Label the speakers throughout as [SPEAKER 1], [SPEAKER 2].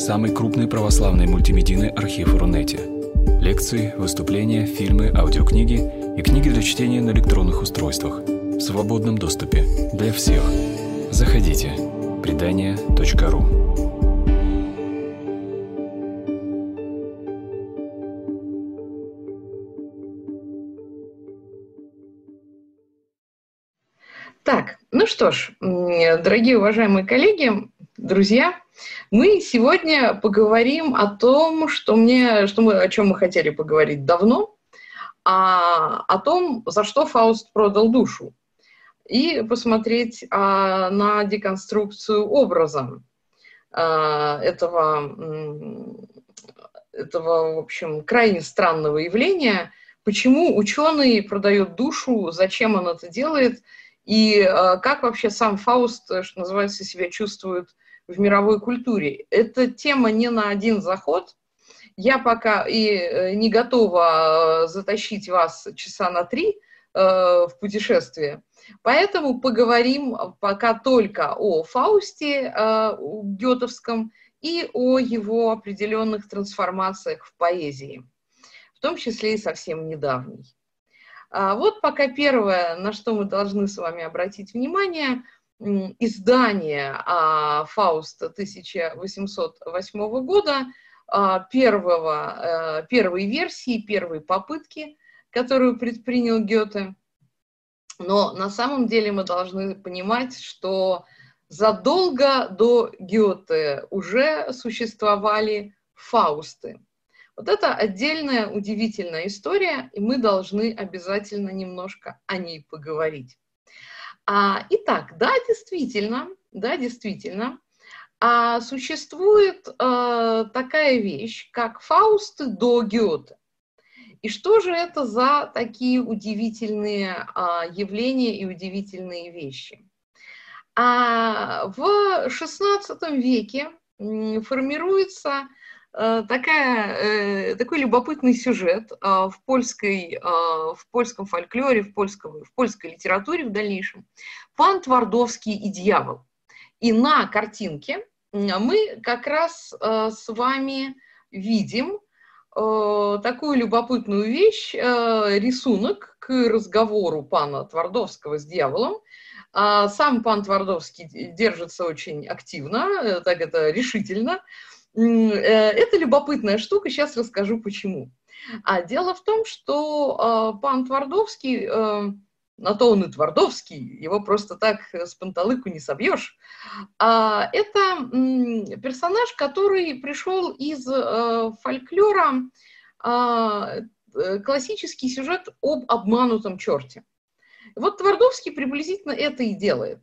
[SPEAKER 1] самый крупный православный мультимедийный архив Рунете. Лекции, выступления, фильмы, аудиокниги и книги для чтения на электронных устройствах в свободном доступе для всех. Заходите. Предания.ру.
[SPEAKER 2] Так, ну что ж, дорогие уважаемые коллеги, друзья, мы сегодня поговорим о том, о чем мы хотели поговорить давно, о том, за что Фауст продал душу, и посмотреть на деконструкцию образа этого, в общем, крайне странного явления, почему ученый продает душу, зачем он это делает, и как вообще сам Фауст, что называется, себя чувствует в мировой культуре. Эта тема не на один заход. Я пока и не готова затащить вас часа на 3 в путешествие. Поэтому поговорим пока только о Фаусте гётовском и о его определенных трансформациях в поэзии, в том числе и совсем недавней. Вот пока первое, на что мы должны с вами обратить внимание, издание Фауста 1808 года, первой версии, первой попытки, которую предпринял Гёте. Но на самом деле мы должны понимать, что задолго до Гёте уже существовали Фаусты. Вот это отдельная удивительная история, и мы должны обязательно немножко о ней поговорить. Итак, действительно, существует такая вещь, как Фаусты до Гёте. И что же это за такие удивительные явления и удивительные вещи? В XVI веке формируется такой любопытный сюжет в польском фольклоре, в польской литературе в дальнейшем. Пан Твардовский и дьявол. И на картинке мы как раз с вами видим такую любопытную вещь, рисунок к разговору пана Твардовского с дьяволом. Сам пан Твардовский держится очень активно, так это решительно. Это любопытная штука, сейчас расскажу почему. Дело в том, что пан Твардовский, на то он и Твардовский, его просто так с панталыку не собьешь, это персонаж, который пришел из фольклора, классический сюжет об обманутом черте. Вот Твардовский приблизительно это и делает.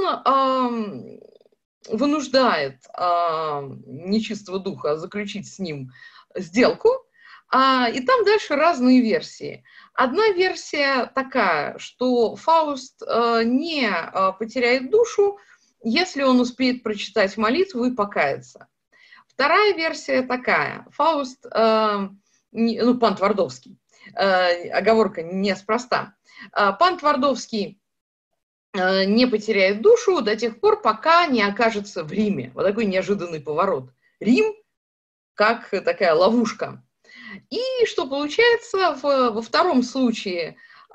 [SPEAKER 2] Он вынуждает нечистого духа заключить с ним сделку, и там дальше разные версии. Одна версия такая, что Фауст не потеряет душу, если он успеет прочитать молитву и покаяться. Вторая версия такая. Фауст, пан Твардовский, оговорка неспроста, пан Твардовский не потеряет душу до тех пор, пока не окажется в Риме. Вот такой неожиданный поворот. Рим как такая ловушка. И что получается, во втором случае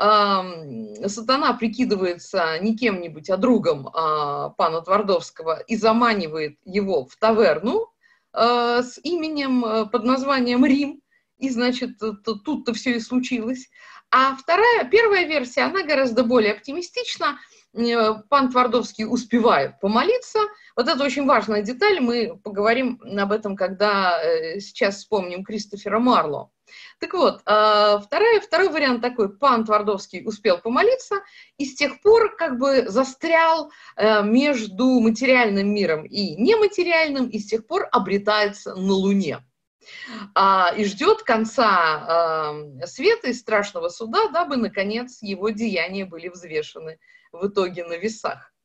[SPEAKER 2] сатана прикидывается не кем-нибудь, а другом пана Твардовского и заманивает его в таверну с именем, под названием Рим. И, значит, тут-то все и случилось. А первая версия, она гораздо более оптимистична. Пан Твардовский успевает помолиться. Вот это очень важная деталь, мы поговорим об этом, когда сейчас вспомним Кристофера Марло. Так вот, второй вариант такой: пан Твардовский успел помолиться и с тех пор как бы застрял между материальным миром и нематериальным, и с тех пор обретается на Луне. И ждет конца света и страшного суда, дабы, наконец, его деяния были взвешены в итоге на весах.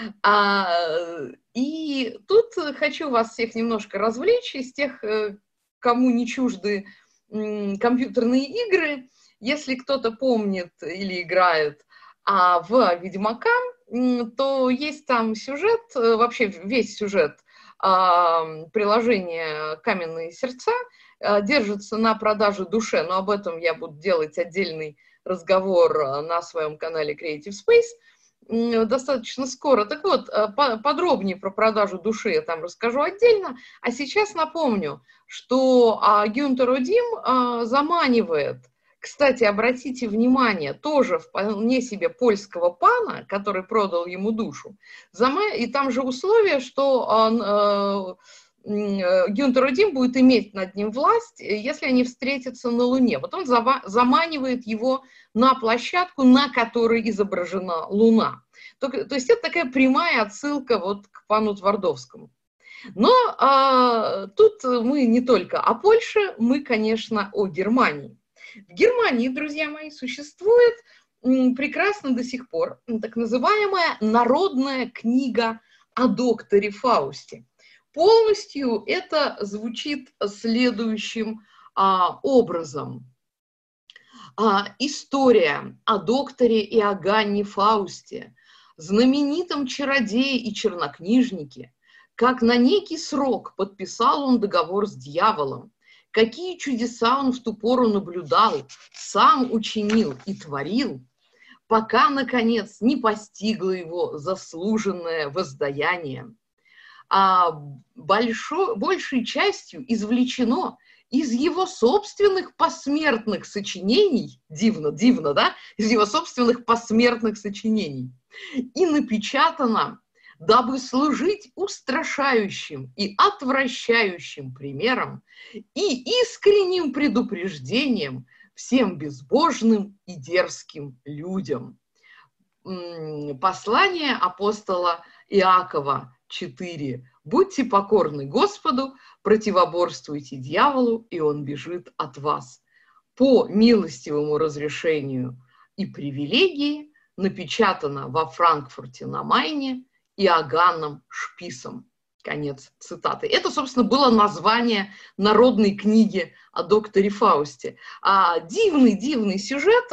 [SPEAKER 2] И тут хочу вас всех немножко развлечь из тех, кому не чужды компьютерные игры. Если кто-то помнит или играет в «Ведьмака», то есть там сюжет, вообще весь сюжет приложение «Каменные сердца», держится на продаже душе, но об этом я буду делать отдельный разговор на своем канале Creative Space достаточно скоро. Так вот, подробнее про продажу души я там расскажу отдельно. А сейчас напомню, что Гюнтер Одим заманивает, кстати, обратите внимание, тоже вполне себе польского пана, который продал ему душу. И там же условие, что Гюнтер Одим будет иметь над ним власть, если они встретятся на Луне. Вот он заманивает его на площадку, на которой изображена Луна. То есть это такая прямая отсылка вот к пану Твардовскому. Но тут мы не только о Польше, мы, конечно, о Германии. В Германии, друзья мои, существует прекрасно до сих пор так называемая народная книга о докторе Фаусте. Полностью это звучит следующим образом. История о докторе Иоганне Фаусте, знаменитом чародее и чернокнижнике, как на некий срок подписал он договор с дьяволом, какие чудеса он в ту пору наблюдал, сам учинил и творил, пока, наконец, не постигло его заслуженное воздаяние. Большей частью извлечено из его собственных посмертных сочинений, дивно, да, из его собственных посмертных сочинений, и напечатано, дабы служить устрашающим и отвращающим примером и искренним предупреждением всем безбожным и дерзким людям. Послание апостола Иакова 4. Будьте покорны Господу, противоборствуйте дьяволу, и он бежит от вас. По милостивому разрешению и привилегии напечатано во Франкфурте на Майне Иоганном Шписом. Конец цитаты. Это, собственно, было название народной книги о докторе Фаусте. Дивный сюжет.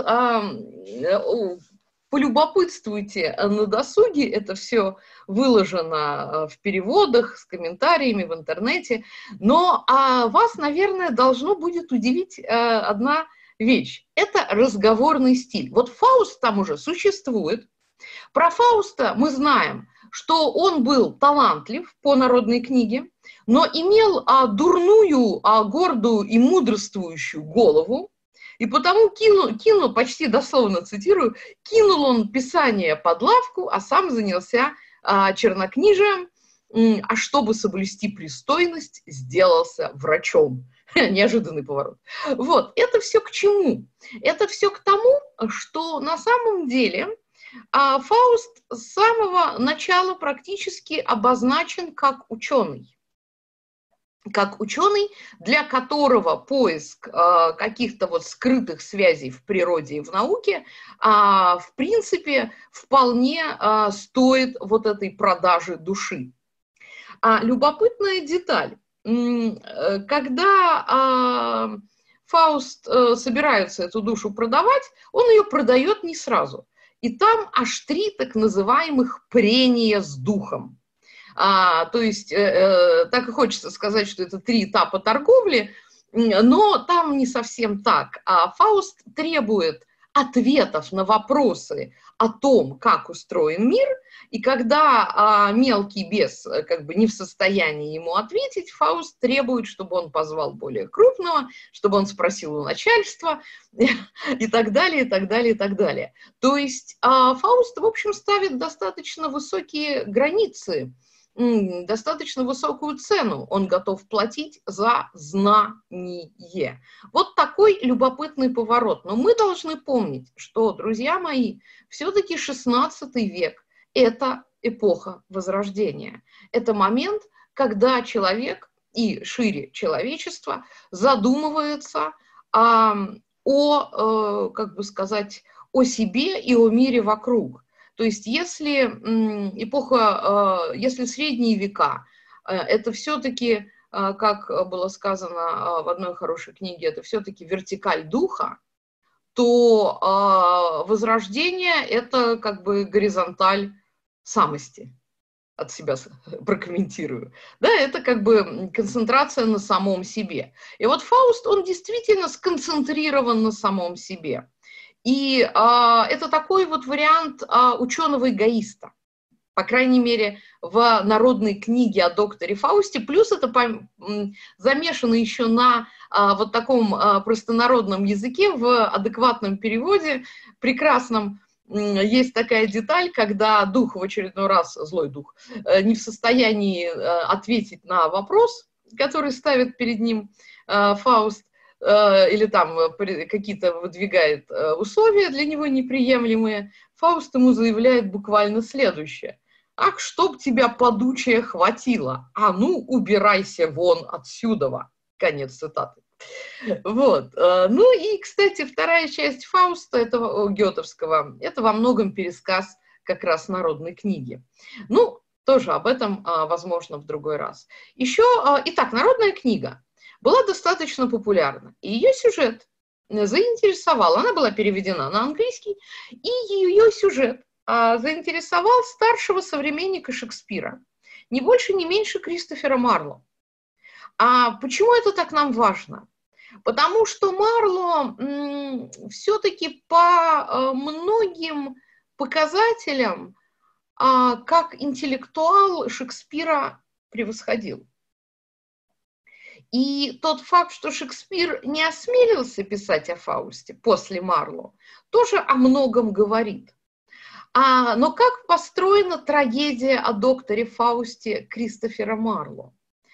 [SPEAKER 2] Полюбопытствуйте на досуге, это все выложено в переводах, с комментариями в интернете. Но вас, наверное, должно будет удивить одна вещь. Это разговорный стиль. Вот Фауст там уже существует. Про Фауста мы знаем, что он был талантлив по народной книге, но имел дурную, гордую и мудрствующую голову, и потому кинул, почти дословно цитирую, кинул он писание под лавку, а сам занялся чернокнижием, а чтобы соблюсти пристойность, сделался врачом. Неожиданный поворот. Вот, это все к чему? Это все к тому, что на самом деле Фауст с самого начала практически обозначен как ученый. Как ученый, для которого поиск каких-то вот скрытых связей в природе и в науке, в принципе, вполне стоит вот этой продажи души. Любопытная деталь. Когда Фауст собирается эту душу продавать, он ее продает не сразу. И там аж 3 так называемых прения с духом. То есть, так и хочется сказать, что это 3 этапа торговли, но там не совсем так. Фауст требует ответов на вопросы о том, как устроен мир, и когда мелкий бес как бы не в состоянии ему ответить, Фауст требует, чтобы он позвал более крупного, чтобы он спросил у начальства и так далее, и так далее, и так далее. То есть Фауст, в общем, ставит достаточно высокие границы, достаточно высокую цену он готов платить за знание. Вот такой любопытный поворот. Но мы должны помнить, что, друзья мои, все-таки 16 век – это эпоха Возрождения. Это момент, когда человек и шире человечество задумывается как бы сказать, о себе и о мире вокруг. То есть если если средние века, это все-таки, как было сказано в одной хорошей книге, это все-таки вертикаль духа, то возрождение – это как бы горизонталь самости. от себя прокомментирую. Да, это как бы концентрация на самом себе. И вот Фауст, он действительно сконцентрирован на самом себе. И это такой вот вариант ученого-эгоиста. По крайней мере, в народной книге о докторе Фаусте. Плюс это замешано еще на вот таком простонародном языке, в адекватном переводе, прекрасном. Есть такая деталь, когда дух в очередной раз, злой дух, не в состоянии ответить на вопрос, который ставит перед ним Фауст, или там какие-то выдвигает условия для него неприемлемые, Фауст ему заявляет буквально следующее. «Ах, чтоб тебя подучая хватило! А ну, убирайся вон отсюда!» Конец цитаты. Вот. Ну и, кстати, вторая часть Фауста, этого гетовского, это во многом пересказ как раз народной книги. Ну, тоже об этом, возможно, в другой раз. Еще, итак, народная книга была достаточно популярна, и ее сюжет заинтересовал. Она была переведена на английский, и ее сюжет заинтересовал старшего современника Шекспира, не больше, не меньше Кристофера Марло. А почему это так нам важно? Потому что Марло все-таки по многим показателям как интеллектуал Шекспира превосходил. И тот факт, что Шекспир не осмелился писать о Фаусте после Марло, тоже о многом говорит. Но как построена трагедия о докторе Фаусте Кристофера Марло?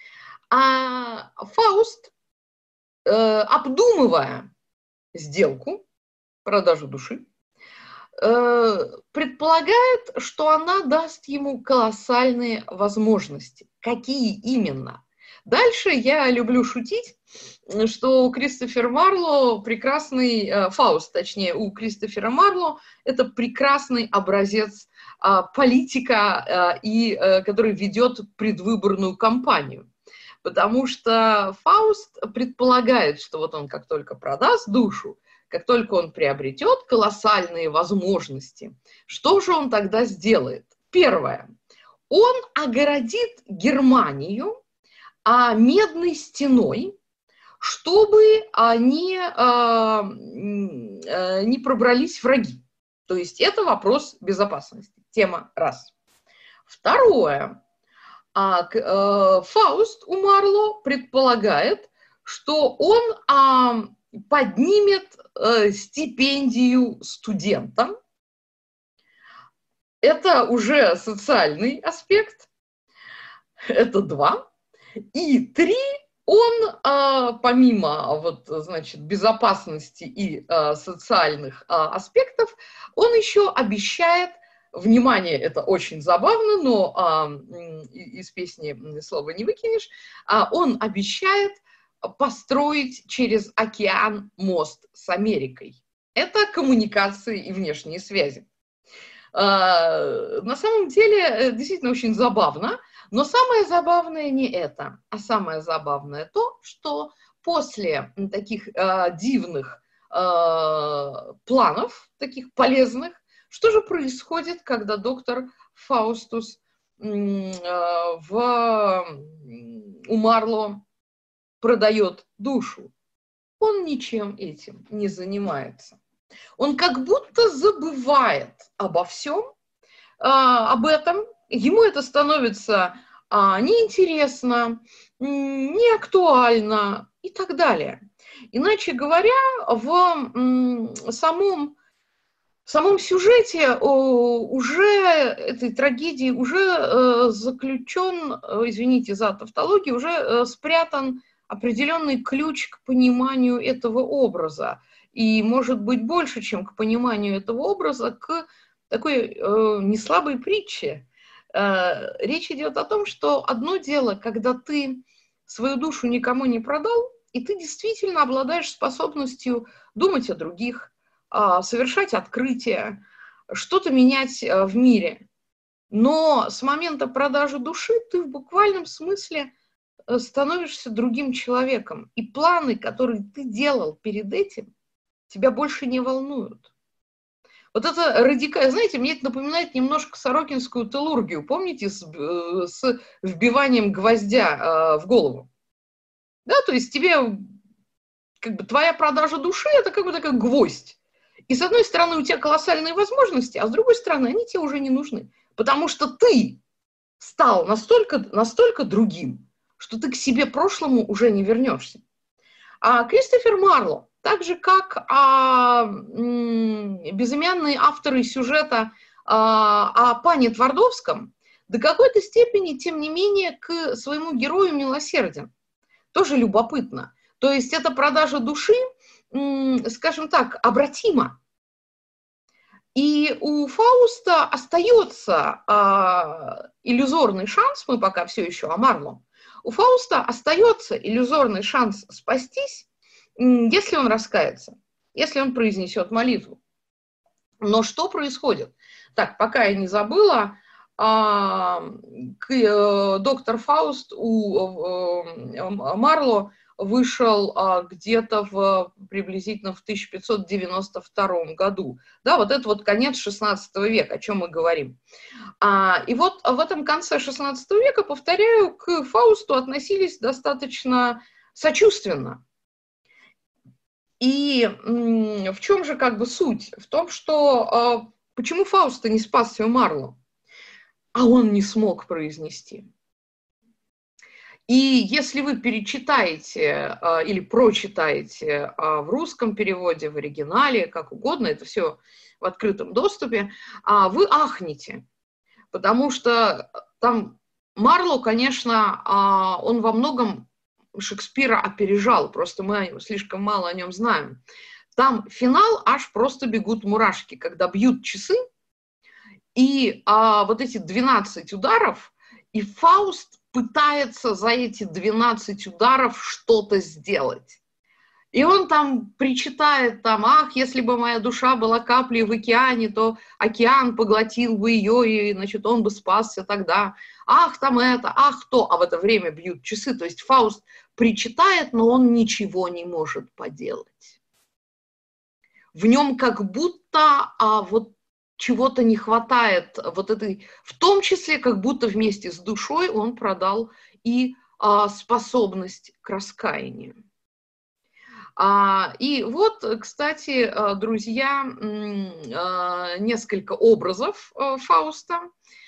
[SPEAKER 2] Фауст, обдумывая сделку, продажу души, предполагает, что она даст ему колоссальные возможности. Какие именно? Дальше я люблю шутить, что Кристофер Марло прекрасный, Фауст, точнее, у Кристофера Марло это прекрасный образец политика, который ведет предвыборную кампанию. Потому что Фауст предполагает, что вот он как только продаст душу, как только он приобретет колоссальные возможности, что же он тогда сделает? Первое. Он огородит Германию медной стеной, чтобы не пробрались враги. То есть это вопрос безопасности. Тема раз. Второе. Фауст у Марло предполагает, что он поднимет стипендию студентам. Это уже социальный аспект. Это 2. И 3. Он, помимо безопасности и социальных аспектов, он еще обещает, внимание, это очень забавно, но из песни слова не выкинешь, он обещает построить через океан мост с Америкой. Это коммуникации и внешние связи. На самом деле, действительно очень забавно, но самое забавное не это, а самое забавное то, что после таких дивных планов, таких полезных, что же происходит, когда доктор Фаустус у Марло продает душу? Он ничем этим не занимается. Он как будто забывает обо всем, об этом. Ему это становится неинтересно, неактуально и так далее. Иначе говоря, в самом сюжете уже этой трагедии уже заключен, извините за тавтологию, уже спрятан определенный ключ к пониманию этого образа. И, может быть, больше, чем к пониманию этого образа, к такой неслабой притче. Речь идет о том, что одно дело, когда ты свою душу никому не продал, и ты действительно обладаешь способностью думать о других, совершать открытия, что-то менять в мире. Но с момента продажи души ты в буквальном смысле становишься другим человеком. И планы, которые ты делал перед этим, тебя больше не волнуют. Вот это радикально, знаете, мне это напоминает немножко сорокинскую телургию, помните, с вбиванием гвоздя в голову. Да, то есть тебе, как бы, твоя продажа души – это как бы такой гвоздь. И с одной стороны у тебя колоссальные возможности, а с другой стороны они тебе уже не нужны. Потому что ты стал настолько другим, что ты к себе прошлому уже не вернешься. А Кристофер Марло, так же как безымянные авторы сюжета о пане Твардовском, до какой-то степени, тем не менее, к своему герою милосерден. Тоже любопытно. То есть эта продажа души, скажем так, обратима. И у Фауста остается иллюзорный шанс, мы пока все еще о Марло, у Фауста остается иллюзорный шанс спастись, если он раскается, если он произнесет молитву. Но что происходит? Так, пока я не забыла, доктор Фауст у Марло вышел где-то приблизительно в 1592 году. Да, вот это вот конец 16 века, о чем мы говорим. И вот в этом конце 16 века, повторяю, к Фаусту относились достаточно сочувственно. И в чем же как бы суть? В том, что почему Фауста не спасся Марло? А он не смог произнести. И если вы перечитаете или прочитаете в русском переводе, в оригинале, как угодно, это все в открытом доступе, вы ахнете. Потому что там Марло, конечно, он во многом Шекспира опережал, просто мы слишком мало о нем знаем. Там финал, аж просто бегут мурашки, когда бьют часы, и вот эти 12 ударов, и Фауст пытается за эти 12 ударов что-то сделать. И он там причитает, ах, если бы моя душа была каплей в океане, то океан поглотил бы ее, и, значит, он бы спасся тогда. Ах, там это, ах, то. А в это время бьют часы. То есть Фауст причитает, но он ничего не может поделать. В нем как будто вот чего-то не хватает, вот этой, в том числе, как будто вместе с душой он продал и способность к раскаянию. И вот, кстати, друзья, несколько образов Фауста.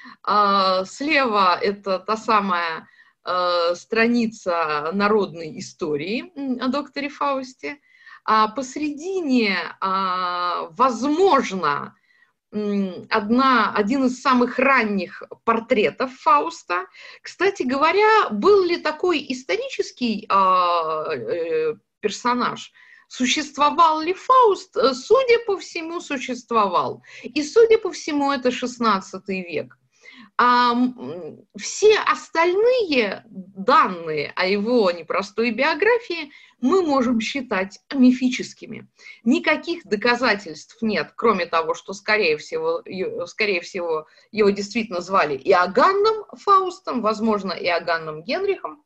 [SPEAKER 2] Слева это та самая страница народной истории о докторе Фаусте. Посередине, возможно, один из самых ранних портретов Фауста. Кстати говоря, был ли такой исторический персонаж? Существовал ли Фауст? Судя по всему, существовал. И, судя по всему, это 16 век. Все остальные данные о его непростой биографии мы можем считать мифическими. Никаких доказательств нет, кроме того, что, скорее всего, его действительно звали Иоганном Фаустом, возможно, Иоганном Генрихом,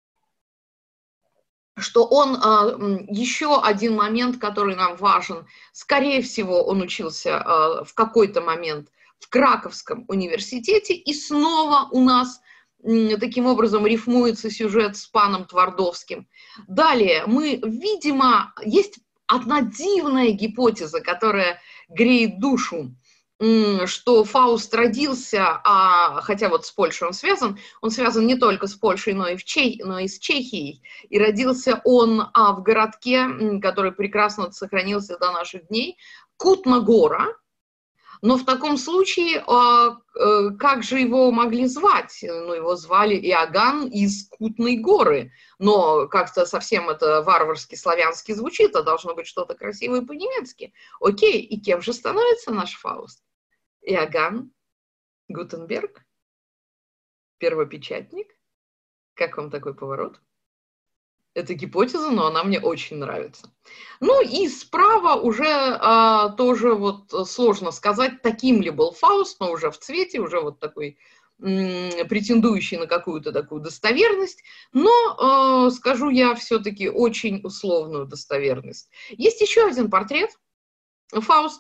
[SPEAKER 2] что он, еще один момент, который нам важен, скорее всего, он учился в какой-то момент в Краковском университете, и снова у нас таким образом рифмуется сюжет с паном Твардовским. Далее, видимо, есть одна дивная гипотеза, которая греет душу, что Фауст родился, хотя вот с Польшей он связан не только с Польшей, но и с Чехией, и родился он в городке, который прекрасно сохранился до наших дней, Кутна-Гора. Но в таком случае, как же его могли звать? Его звали Иоганн из Кутной горы, но как-то совсем это варварски славянски звучит, а должно быть что-то красивое по-немецки. Окей, и кем же становится наш Фауст? Иоганн Гутенберг? Первопечатник? Как вам такой поворот? Это гипотеза, но она мне очень нравится. И справа уже тоже вот сложно сказать, таким ли был Фауст, но уже в цвете, уже вот такой претендующий на какую-то такую достоверность, но скажу я все-таки очень условную достоверность. Есть еще один портрет Фауста.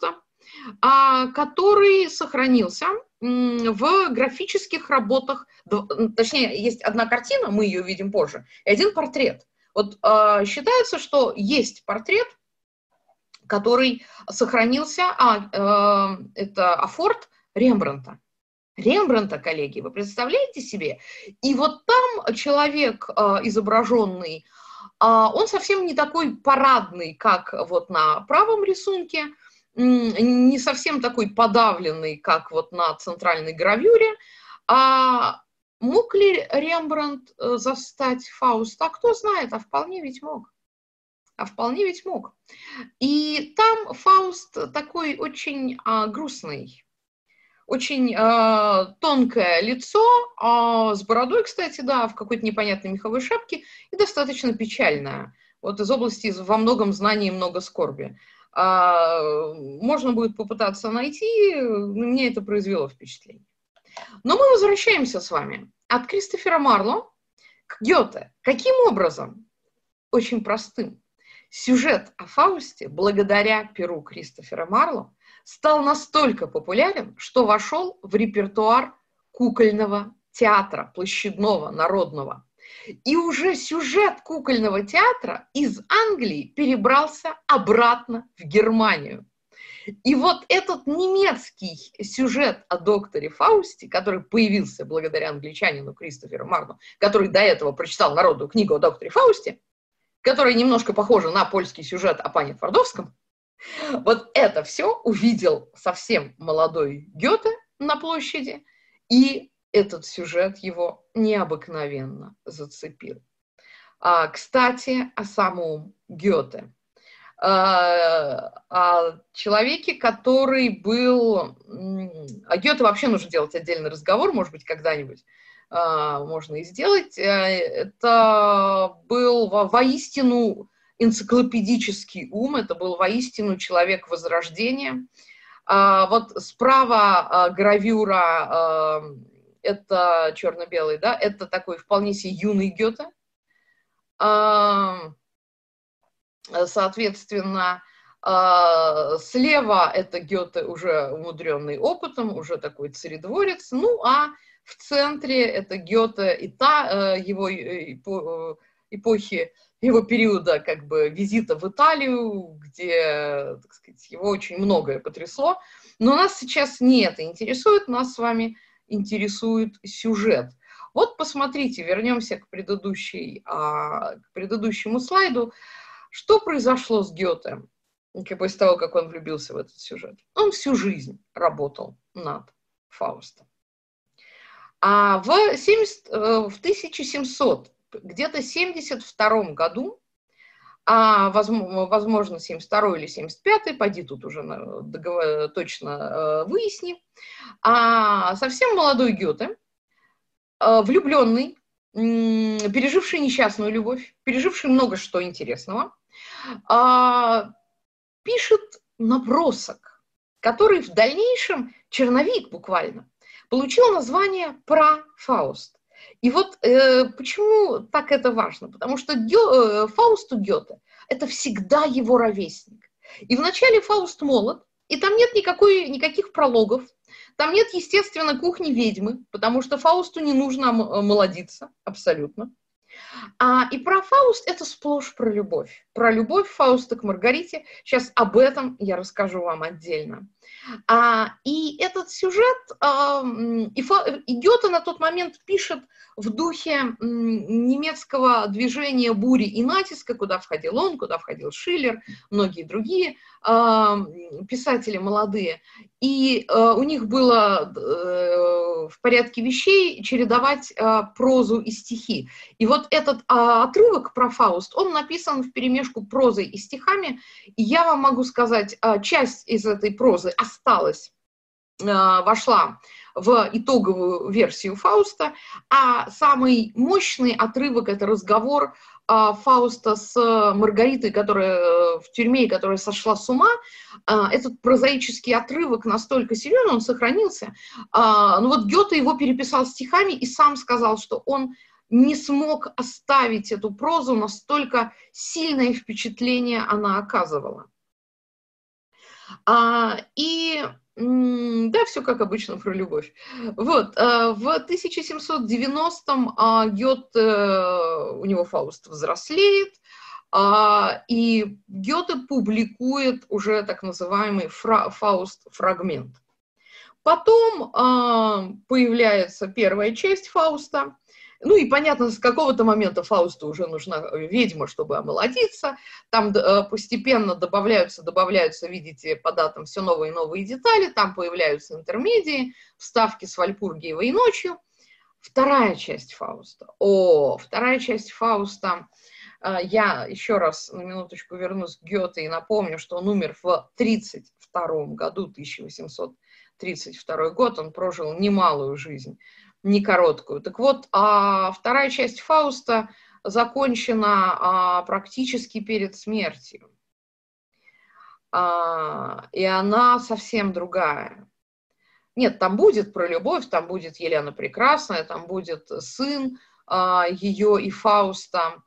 [SPEAKER 2] который сохранился в графических работах. Точнее, есть одна картина, мы ее видим позже, и один портрет. Вот считается, что есть портрет, который сохранился, это афорт Рембрандта. Рембрандта, коллеги, вы представляете себе? И вот там человек изображенный, он совсем не такой парадный, как вот на правом рисунке, не совсем такой подавленный, как вот на центральной гравюре. Мог ли Рембрандт застать Фауста? Кто знает, а вполне ведь мог. Вполне ведь мог. И там Фауст такой очень грустный, очень тонкое лицо, с бородой, кстати, да, в какой-то непонятной меховой шапке, и достаточно печальное. Вот из области во многом знаний и много скорби. Можно будет попытаться найти, на меня это произвело впечатление. Но мы возвращаемся с вами от Кристофера Марло к Гёте. Каким образом? Очень простым. Сюжет о Фаусте, благодаря перу Кристофера Марло, стал настолько популярен, что вошел в репертуар кукольного театра, площадного, народного. И уже сюжет кукольного театра из Англии перебрался обратно в Германию. И вот этот немецкий сюжет о докторе Фаусте, который появился благодаря англичанину Кристоферу Марло, который до этого прочитал народную книгу о докторе Фаусте, которая немножко похожа на польский сюжет о пане Твардовском, вот это все увидел совсем молодой Гёте на площади, и этот сюжет его необыкновенно зацепил. Кстати, о самом Гёте. О человеке, который был... О Гёте вообще нужно делать отдельный разговор, может быть, когда-нибудь можно и сделать. Это был воистину энциклопедический ум, это был воистину человек Возрождения. Вот справа гравюра, это черно-белый, да, это такой вполне себе юный Гёте. Соответственно, слева это Гёте уже умудренный опытом, уже такой царедворец, ну а в центре это Гёте его эпохи, его периода как бы визита в Италию, где, так сказать, его очень многое потрясло. Но нас сейчас не это интересует, нас с вами интересует сюжет. Вот посмотрите, вернемся к предыдущему слайду. Что произошло с Гёте после того, как он влюбился в этот сюжет? Он всю жизнь работал над Фаустом. А в 1700, где-то 72 году, возможно, 72 или 75, пойди тут уже точно выясни, совсем молодой Гёте, влюбленный, переживший несчастную любовь, переживший много что интересного, пишет набросок, который в дальнейшем, черновик буквально, получил название «Про Фауст». И вот почему так это важно? Потому что Фауст у Гёте – это всегда его ровесник. И вначале Фауст молод, и там нет никаких прологов, там нет, естественно, кухни ведьмы, потому что Фаусту не нужно молодиться, абсолютно. И про Фауст это сплошь про любовь Фауста к Маргарите. Сейчас об этом я расскажу вам отдельно. И этот сюжет, и Гёте на тот момент пишет в духе немецкого движения бури и натиска, куда входил он, куда входил Шиллер, многие другие писатели молодые. И у них было в порядке вещей чередовать прозу и стихи. И вот этот отрывок про Фауст, он написан вперемешку прозой и стихами. И я вам могу сказать, часть из этой прозы осталась, вошла в итоговую версию Фауста, а самый мощный отрывок – это разговор Фауста с Маргаритой, которая в тюрьме, которая сошла с ума. Этот прозаический отрывок настолько силен, он сохранился. Ну вот Гёте его переписал стихами и сам сказал, что он не смог оставить эту прозу, настолько сильное впечатление она оказывала. Да, все как обычно про любовь. Вот, в 1790-м Гёте, у него Фауст взрослеет, и Гёте публикует уже так называемый Фауст-фрагмент. Потом появляется первая часть Фауста. Ну и понятно, с какого-то момента Фаусту уже нужна ведьма, чтобы омолодиться. Там постепенно добавляются, видите, по датам все новые и новые детали. Там появляются интермедии, вставки с Вальпургиевой ночью. Вторая часть Фауста. Вторая часть Фауста. Я еще раз на минуточку вернусь к Гёте и напомню, что он умер в 1932 году, 1832 год. Он прожил немалую жизнь, не короткую. Так вот, вторая часть Фауста закончена практически перед смертью. И она совсем другая. Нет, там будет про любовь, там будет Елена Прекрасная, там будет сын ее и Фауста,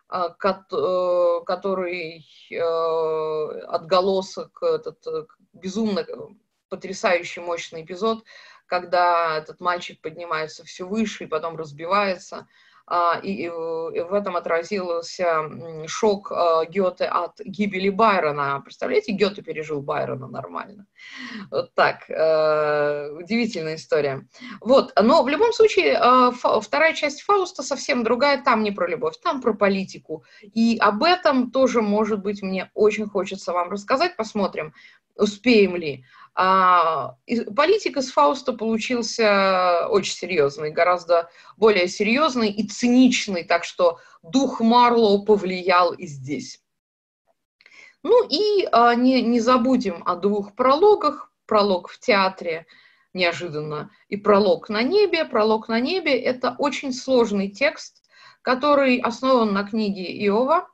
[SPEAKER 2] который отголосок, этот безумно потрясающий мощный эпизод, когда этот мальчик поднимается все выше и потом разбивается. И в этом отразился шок Гёте от гибели Байрона. Представляете, Гёте пережил Байрона нормально. Вот так, удивительная история. Вот, но в любом случае вторая часть Фауста совсем другая, там не про любовь, там про политику. И об этом тоже, может быть, мне очень хочется вам рассказать, посмотрим, успеем ли. Политик из Фауста получился очень серьезный, гораздо более серьезный и циничный, так что дух Марлоу повлиял и здесь. Ну и не забудем о двух прологах. Пролог в театре неожиданно и пролог на небе. Пролог на небе – это очень сложный текст, который основан на книге Иова,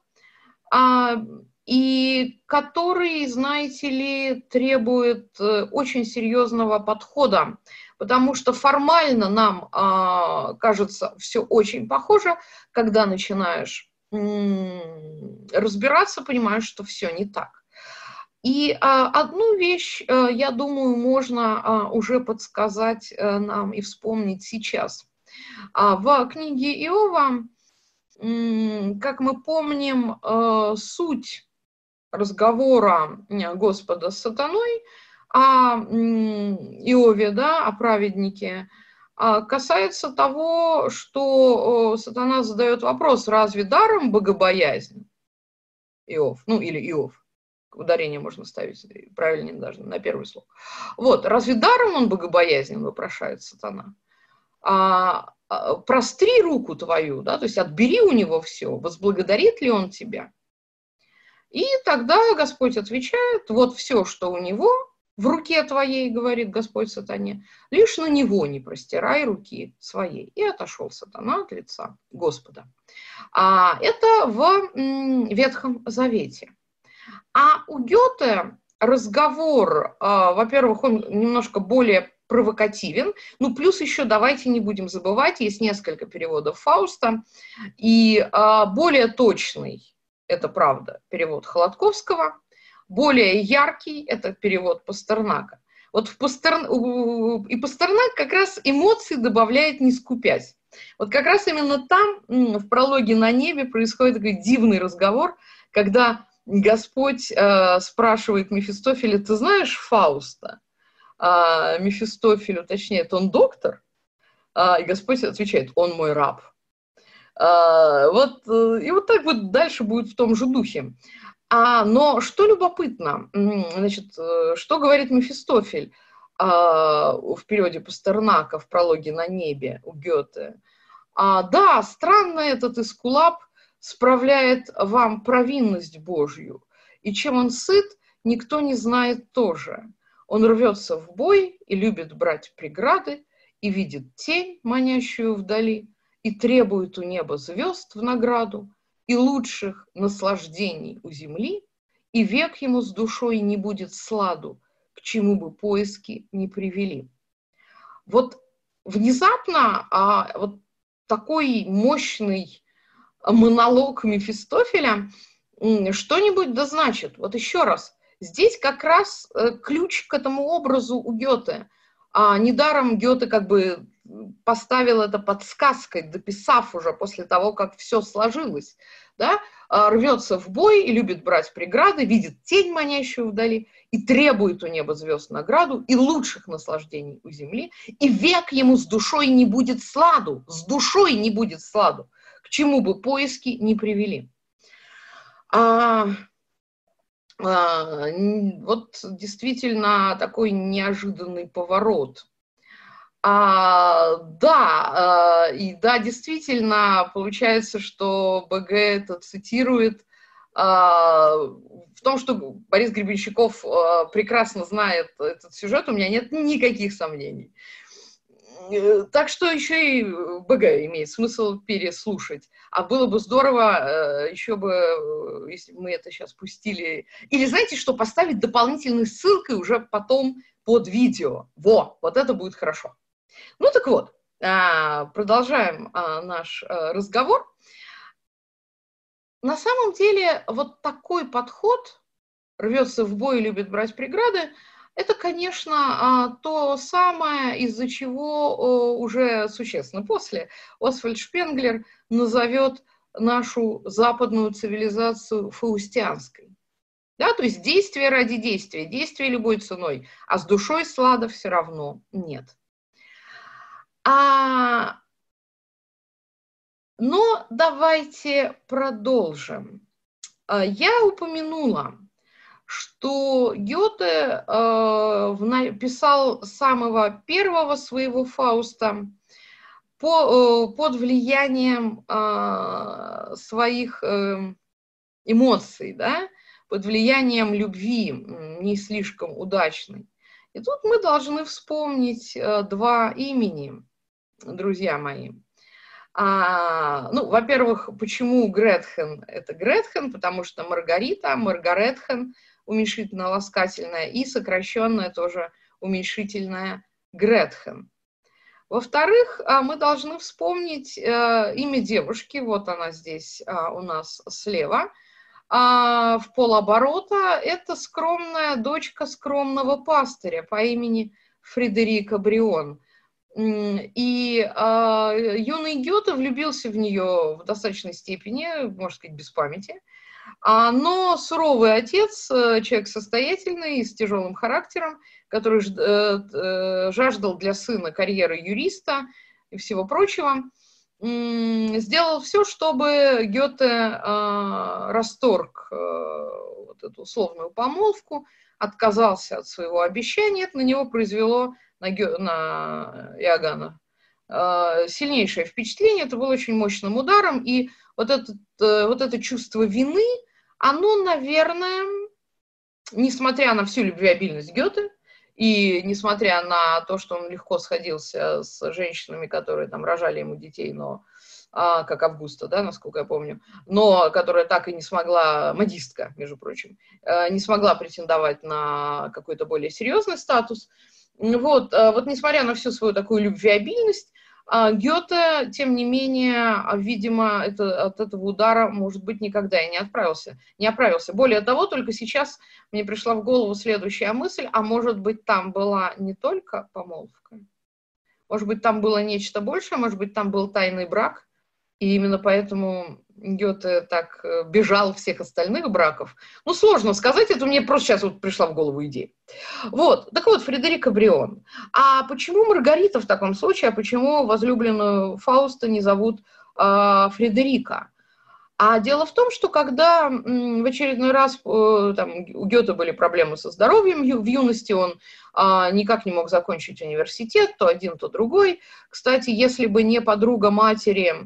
[SPEAKER 2] и который, знаете ли, требует очень серьезного подхода, потому что формально нам кажется все очень похоже, когда начинаешь разбираться, понимаешь, что все не так. И одну вещь, я думаю, можно уже подсказать нам и вспомнить сейчас. В книге Иова, как мы помним, суть разговора Господа с сатаной о Иове, да, о праведнике, касается того, что сатана задает вопрос: разве даром богобоязнь? Иов, ну или Иов. Ударение можно ставить правильнее даже на первый слог. Вот, разве даром он богобоязнен, вопрошает сатана? Простри руку твою, да, то есть отбери у него все, возблагодарит ли он тебя? И тогда Господь отвечает: вот все, что у него в руке твоей, говорит Господь сатане, лишь на него не простирай руки своей. И отошел сатана от лица Господа. Это в Ветхом Завете. А у Гёте разговор, во-первых, он немножко более провокативен, ну плюс еще давайте не будем забывать, есть несколько переводов Фауста, и более точный, это правда, перевод Холодковского, более яркий, это перевод Пастернака. Вот и Пастернак как раз эмоции добавляет, не скупясь. Вот как раз именно там, в прологе на небе, происходит такой дивный разговор, когда Господь спрашивает Мефистофеля: ты знаешь Фауста? Мефистофель уточняет: он доктор? И Господь отвечает: он мой раб. И вот так вот дальше будет в том же духе. Но что любопытно, значит, что говорит Мефистофель в переводе Пастернака в прологе на небе у Гёте? Да, странно, этот эскулап справляет вам провинность Божью, и чем он сыт, никто не знает тоже. Он рвется в бой и любит брать преграды, и видит тень, манящую вдали, и требует у неба звезд в награду, и лучших наслаждений у земли, и век ему с душой не будет сладу, к чему бы поиски не привели. Вот внезапно вот такой мощный монолог Мефистофеля что-нибудь да значит. Вот еще раз, Здесь как раз ключ к этому образу у Гёте. Недаром Гёте как бы поставил это подсказкой, дописав уже после того, как все сложилось. Да? Рвется в бой и любит брать преграды, видит тень, манящую вдали, и требует у неба звезд награду и лучших наслаждений у земли, и век ему с душой не будет сладу, с душой не будет сладу, к чему бы поиски не привели. Вот действительно такой неожиданный поворот. Действительно, получается, что БГ это цитирует в том, что Борис Гребенщиков прекрасно знает этот сюжет, у меня нет никаких сомнений. Так что еще и БГ имеет смысл переслушать. А было бы здорово, еще бы, если бы мы это сейчас пустили. Или знаете что, поставить дополнительной ссылкой уже потом под видео. Вот это будет хорошо. Ну так вот, продолжаем наш разговор. На самом деле вот такой подход, рвется в бой и любит брать преграды, это, конечно, то самое, из-за чего уже существенно после Освальд Шпенглер назовет нашу западную цивилизацию фаустианской. Да, то есть действие ради действия, действие любой ценой, а с душой слада все равно нет. Но давайте продолжим. Я упомянула, что Гёте писал самого первого своего Фауста под влиянием своих эмоций, да, под влиянием любви, не слишком удачной. И тут мы должны вспомнить два имени, друзя мои. Во-первых, почему Гретхен? Это Гретхен, потому что Маргарита, Маргаретхен, уменьшительно-ласкательное, и сокращенное тоже уменьшительное Гретхен. Во-вторых, мы должны вспомнить имя девушки, вот она здесь у нас слева, в полоборота. Это скромная дочка скромного пастыря по имени Фредерика Брион. И юный Гёте влюбился в нее в достаточной степени, можно сказать, без памяти. Но суровый отец, человек состоятельный и с тяжелым характером, который жаждал для сына карьеры юриста и всего прочего, сделал все, чтобы Гёте расторг вот эту условную помолвку, отказался от своего обещания. Это на него произвело, на Иоганна, сильнейшее впечатление. Это было очень мощным ударом, и вот это чувство вины, оно, наверное, несмотря на всю любвеобильность Гёте, и несмотря на то, что он легко сходился с женщинами, которые там рожали ему детей, но как Августа, да, насколько я помню, но которая так и не смогла, модистка, между прочим, не смогла претендовать на какой-то более серьезный статус. Вот несмотря на всю свою такую любвеобильность, Гёте, тем не менее, видимо, от этого удара, может быть, никогда и не оправился. Более того, только сейчас мне пришла в голову следующая мысль, а может быть, там была не только помолвка, может быть, там было нечто большее, может быть, там был тайный брак, и именно поэтому Гёте так бежал всех остальных браков. Ну, сложно сказать, это мне просто сейчас вот пришла в голову идея. Вот, так вот, Фредерика Брион. А почему Маргарита в таком случае, а почему возлюбленную Фауста не зовут Фредерика? А дело в том, что когда в очередной раз там, у Гёте были проблемы со здоровьем в юности, он никак не мог закончить университет, то один, то другой. Кстати, если бы не подруга матери,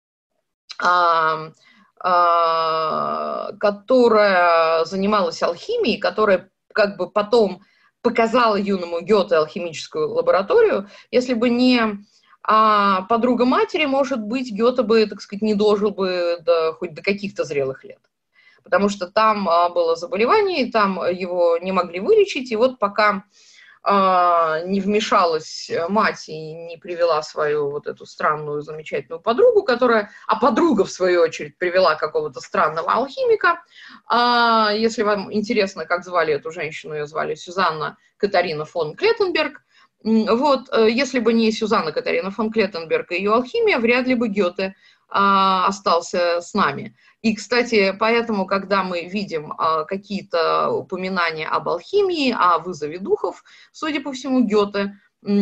[SPEAKER 2] которая занималась алхимией, которая как бы потом показала юному Гёте алхимическую лабораторию, если бы не подруга матери, может быть, Гёте бы, так сказать, не дожил бы хоть до каких-то зрелых лет. Потому что там было заболевание, и там его не могли вылечить, и вот пока не вмешалась мать и не привела свою вот эту странную, замечательную подругу, а подруга, в свою очередь, привела какого-то странного алхимика. Если вам интересно, как звали эту женщину, ее звали Сюзанна Катарина фон Клеттенберг. Вот, если бы не Сюзанна Катарина фон Клеттенберг и ее алхимия, вряд ли бы Гёте остался с нами. И, кстати, поэтому, когда мы видим какие-то упоминания об алхимии, о вызове духов, судя по всему, Гёте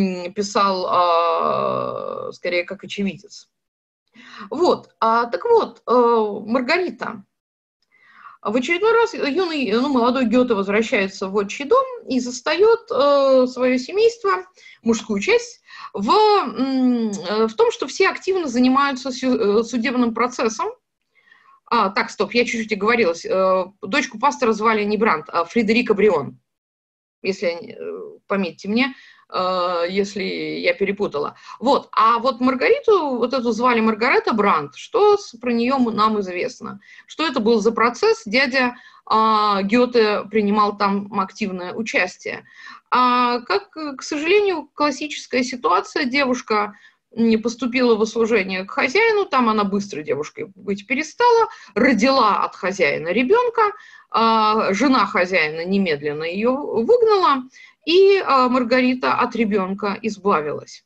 [SPEAKER 2] писал скорее как очевидец. Вот, так вот, Маргарита. В очередной раз юный, молодой Гёте возвращается в отчий дом и застает свое семейство, мужскую часть, в том, что все активно занимаются судебным процессом. Так, стоп, я чуть-чуть оговорилась. Дочку пастора звали не Брандт, а Фредерика Брион. Если, пометьте мне, если я перепутала. Вот, а вот Маргариту, вот эту звали Маргарета Брандт, что про нее нам известно? Что это был за процесс? Дядя Гёте принимал там активное участие. Как, к сожалению, классическая ситуация, девушка не поступила в служение к хозяину, там она быстро девушкой быть перестала, родила от хозяина ребенка, жена хозяина немедленно ее выгнала, и Маргарита от ребенка избавилась.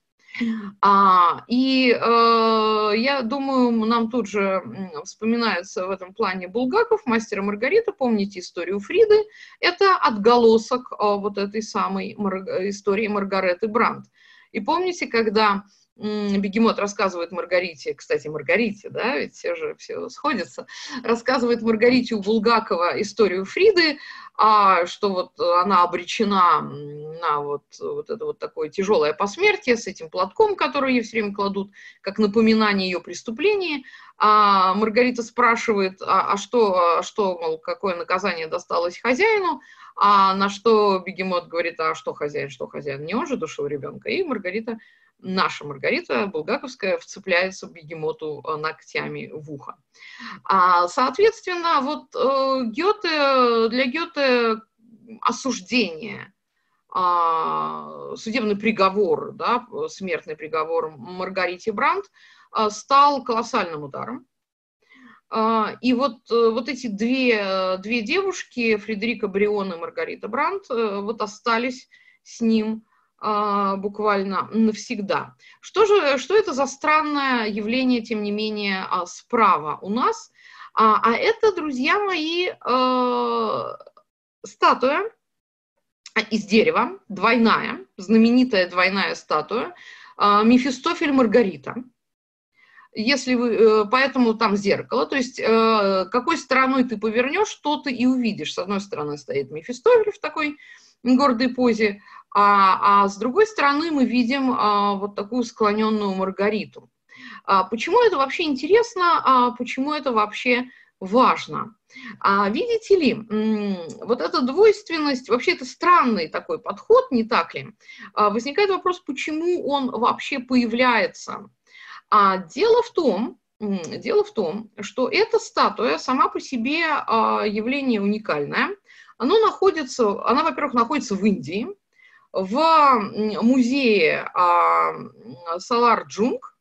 [SPEAKER 2] Я думаю, нам тут же вспоминается в этом плане Булгаков, «Мастер и Маргарита». Помните историю Фриды? Это отголосок вот этой самой истории Маргареты Брандт. И помните, когда Бегемот рассказывает Маргарите, кстати, Маргарите, да, ведь все сходится, рассказывает Маргарите у Булгакова историю Фриды, что вот она обречена на вот это вот такое тяжелое посмертие с этим платком, который ей все время кладут, как напоминание ее преступления. Маргарита спрашивает, что, мол, какое наказание досталось хозяину, на что Бегемот говорит, что хозяин, не он же душил ребенка. И Маргарита, наша Маргарита булгаковская, вцепляется Бегемоту ногтями в ухо. Соответственно, вот для Гёте осуждение, судебный приговор, да, смертный приговор Маргарите Брандт стал колоссальным ударом. И вот эти две девушки, Фредерика Брион и Маргарита Брандт, вот остались с ним буквально навсегда. Что это за странное явление, тем не менее, справа у нас? Это, друзья мои, статуя из дерева, двойная, знаменитая двойная статуя, Мефистофель Маргарита. Если вы, поэтому там зеркало, то есть какой стороной ты повернешь, то ты и увидишь. С одной стороны стоит Мефистофель в такой гордой позе, а с другой стороны мы видим вот такую склоненную Маргариту. Почему это вообще интересно, почему это вообще важно? Видите ли, вот эта двойственность, вообще это странный такой подход, не так ли? Возникает вопрос, почему он вообще появляется? Дело в том, что эта статуя сама по себе явление уникальное. Она, во-первых, находится в Индии, в музее Салар-Джунг.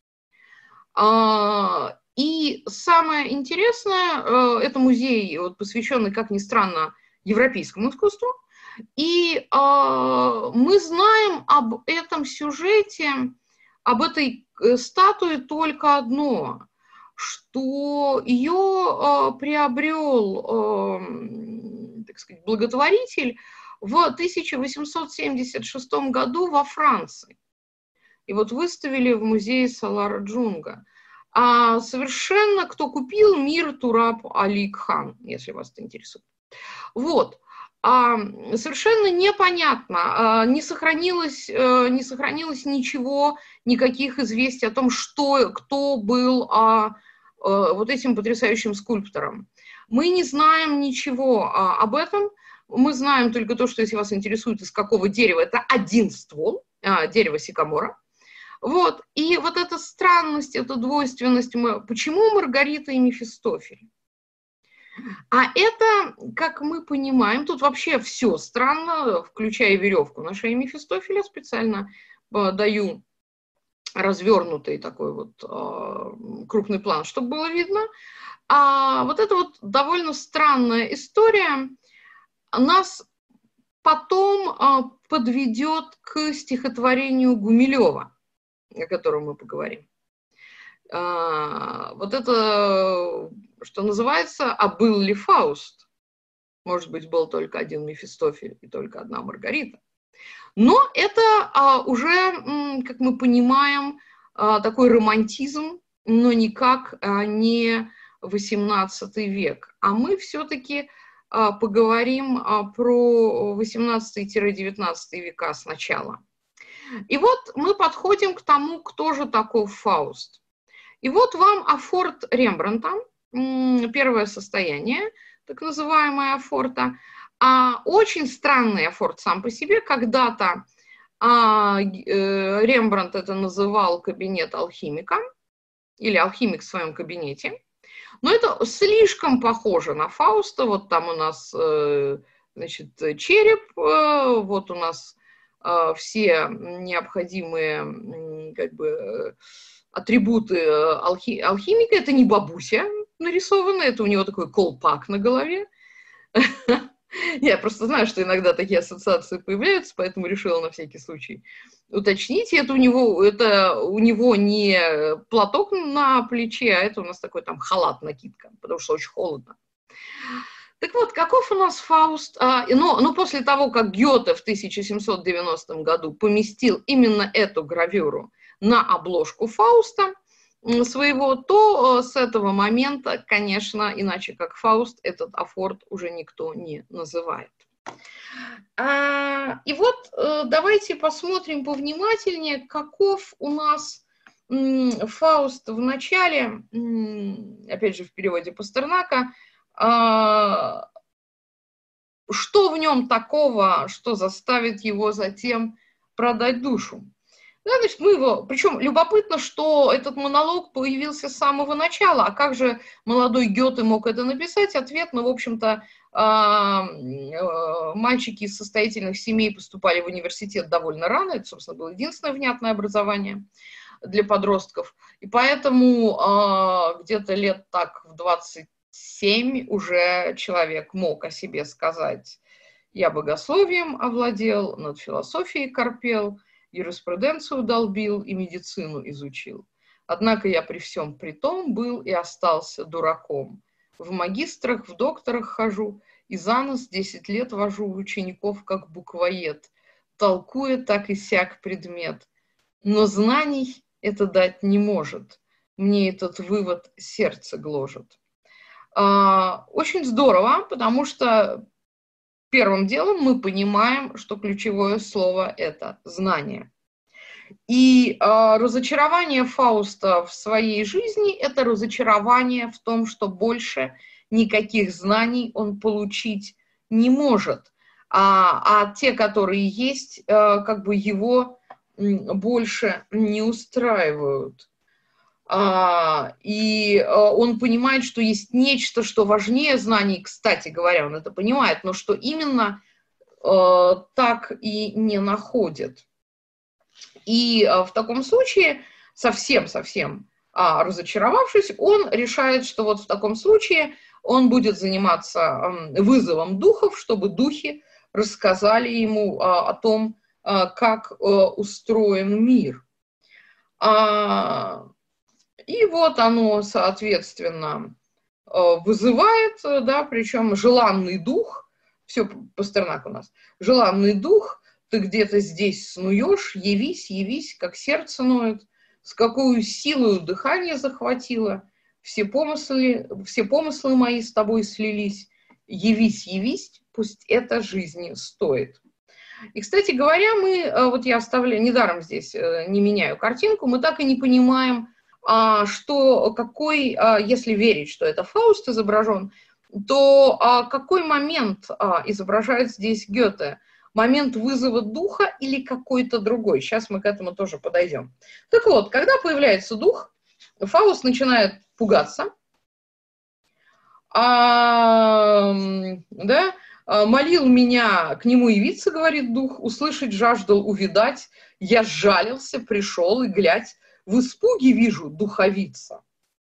[SPEAKER 2] И самое интересное, это музей, посвященный, как ни странно, европейскому искусству. И мы знаем об этом сюжете, об этой статуе только одно, что ее приобрел, так сказать, благотворитель в 1876 году во Франции. И вот выставили в музее Салара-Джунга. Совершенно кто купил? Мир Тураб Али Кхан, если вас это интересует. Вот. Совершенно непонятно, не сохранилось ничего, никаких известий о том, кто был вот этим потрясающим скульптором. Мы не знаем ничего об этом. Мы знаем только то, что, если вас интересует, из какого дерева, это один ствол, дерево сикамора. Вот. И вот эта странность, эта двойственность, почему Маргарита и Мефистофель? А это, как мы понимаем, тут вообще все странно, включая веревку на шее Мефистофеля. Специально даю развернутый такой вот крупный план, чтобы было видно. А вот эта вот довольно странная история нас потом подведет к стихотворению Гумилева, о котором мы поговорим. Вот это, что называется, «А был ли Фауст?» Может быть, был только один Мефистофель и только одна Маргарита. Но это уже, как мы понимаем, такой романтизм, но никак не XVIII век. А мы все-таки поговорим про 18-19 века сначала. И вот мы подходим к тому, кто же таков Фауст. И вот вам афорт Рембрандта, первое состояние, так называемое афорта. Очень странный афорт сам по себе. Когда-то Рембрандт это называл кабинет алхимика, или алхимик в своем кабинете. Но это слишком похоже на Фауста. Вот там у нас, значит, череп, вот у нас все необходимые, как бы, атрибуты алхимика. Это не бабуся нарисована, это у него такой колпак на голове. Я просто знаю, что иногда такие ассоциации появляются, поэтому решила на всякий случай уточнить. Это у него не платок на плече, а это у нас такой там халат, накидка, потому что очень холодно. Так вот, каков у нас Фауст? Но после того, как Гёте в 1790 году поместил именно эту гравюру на обложку Фауста своего, то с этого момента, конечно, иначе как Фауст, этот афорт уже никто не называет. И вот давайте посмотрим повнимательнее, каков у нас Фауст в начале, опять же в переводе Пастернака, что в нем такого, что заставит его затем продать душу. Да, значит, мы его... Причем любопытно, что этот монолог появился с самого начала. А как же молодой Гёте мог это написать? Ответ, в общем-то, мальчики из состоятельных семей поступали в университет довольно рано. Это, собственно, было единственное внятное образование для подростков. И поэтому где-то лет так в 27 уже человек мог о себе сказать: «Я богословием овладел, над философией корпел, юриспруденцию долбил и медицину изучил. Однако я при всем при том был и остался дураком. В магистрах, в докторах хожу, и за нос 10 лет вожу учеников, как буквоед, толкуя так и сяк предмет. Но знаний это дать не может. Мне этот вывод сердце гложет». Очень здорово, потому что первым делом мы понимаем, что ключевое слово – это знание. И разочарование Фауста в своей жизни – это разочарование в том, что больше никаких знаний он получить не может. А те, которые есть, как бы его больше не устраивают. И он понимает, что есть нечто, что важнее знаний, кстати говоря, он это понимает, но что именно так и не находит. И в таком случае, совсем-совсем разочаровавшись, он решает, что вот в таком случае он будет заниматься вызовом духов, чтобы духи рассказали ему о том, как устроен мир. И вот оно, соответственно, вызывает, да, причем желанный дух, все, Пастернак у нас, желанный дух, ты где-то здесь снуешь, явись, явись, как сердце ноет, с какую силою дыхание захватило, все помыслы мои с тобой слились, явись, явись, пусть это жизни стоит. И, кстати говоря, вот я оставляю, недаром здесь не меняю картинку, мы так и не понимаем, если верить, что это Фауст изображен, то какой момент изображает здесь Гёте? Момент вызова духа или какой-то другой? Сейчас мы к этому тоже подойдем. Так вот, когда появляется дух, Фауст начинает пугаться, Да? Молил меня к нему явиться, говорит дух, услышать жаждал, увидать. Я сжалился, пришел, и, глядь, в испуге вижу духовица.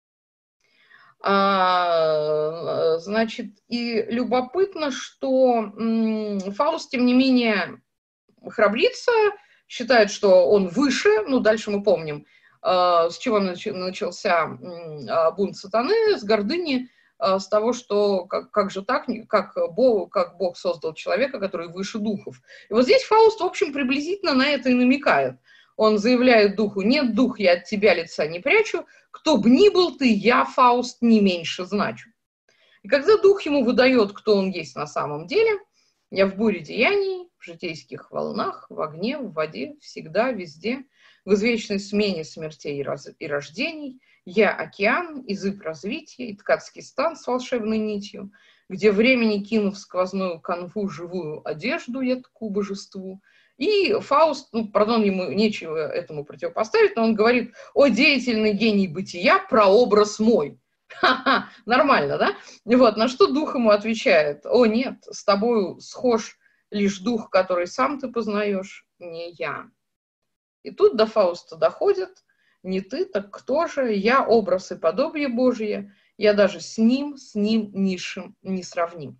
[SPEAKER 2] Значит, и любопытно, что Фауст, тем не менее, храбрится, считает, что он выше, ну, дальше мы помним, с чего начался бунт сатаны, с гордыни, с того, что как же так, как Бог создал человека, который выше духов. И вот здесь Фауст, в общем, приблизительно на это и намекает. Он заявляет духу: нет, дух, я от тебя лица не прячу, кто б ни был ты, я, Фауст, не меньше значу. И когда дух ему выдает, кто он есть на самом деле: я в буре деяний, в житейских волнах, в огне, в воде, всегда, везде, в извечной смене смертей и рождений, я океан, изыб развития и ткацкий стан с волшебной нитью, где времени, кинув сквозную канву, живую одежду я тку божеству. И Фауст, ну, пардон, ему нечего этому противопоставить, но он говорит: о, деятельный гений бытия, прообраз мой. Ха-ха, нормально, да? И вот, на что дух ему отвечает: о, нет, с тобою схож лишь дух, который сам ты познаешь, не я. И тут до Фауста доходит: не ты, так кто же? Я образ и подобие Божие, я даже с ним низшим не сравним.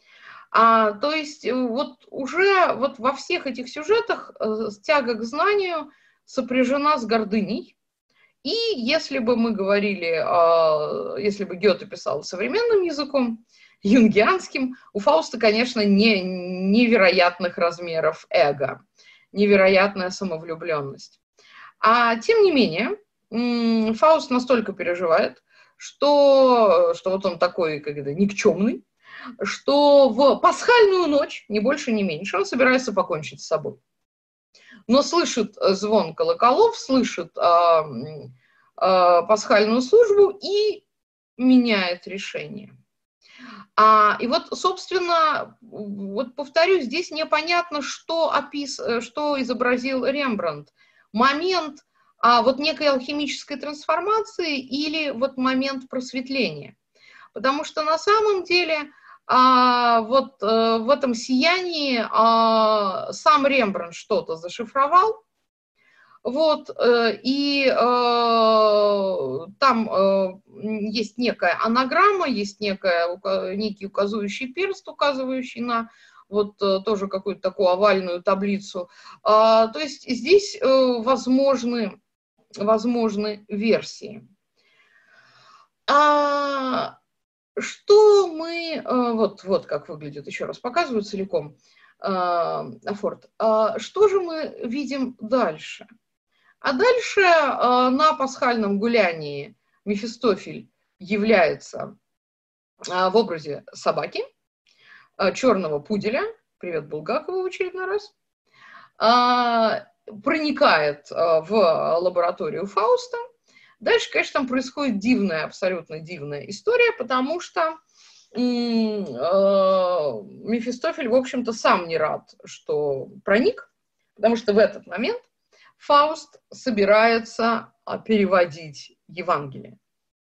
[SPEAKER 2] То есть вот уже вот во всех этих сюжетах тяга к знанию сопряжена с гордыней. И если бы мы говорили, если бы Гёте писал современным языком, юнгианским, у Фауста, конечно, невероятных размеров эго, невероятная самовлюбленность. Тем не менее, Фауст настолько переживает, что вот он такой как-то никчемный, что в пасхальную ночь, ни больше, ни меньше, он собирается покончить с собой. Но слышит звон колоколов, слышит пасхальную службу и меняет решение. И вот, собственно, вот повторюсь, здесь непонятно, что изобразил Рембрандт. Момент вот некой алхимической трансформации или вот момент просветления. Потому что на самом деле вот в этом сиянии сам Рембрандт что-то зашифровал, вот, и там есть некая анаграмма, есть некий указывающий перст, указывающий на вот тоже какую-то такую овальную таблицу. То есть здесь возможны версии. Что мы... Вот как выглядит, еще раз показываю целиком афорт. Что же мы видим дальше? Дальше на пасхальном гулянии Мефистофель является в образе собаки, черного пуделя, привет Булгакову в очередной раз, проникает в лабораторию Фауста. Дальше, конечно, там происходит абсолютно дивная история, потому что Мефистофель, в общем-то, сам не рад, что проник, потому что в этот момент Фауст собирается переводить Евангелие.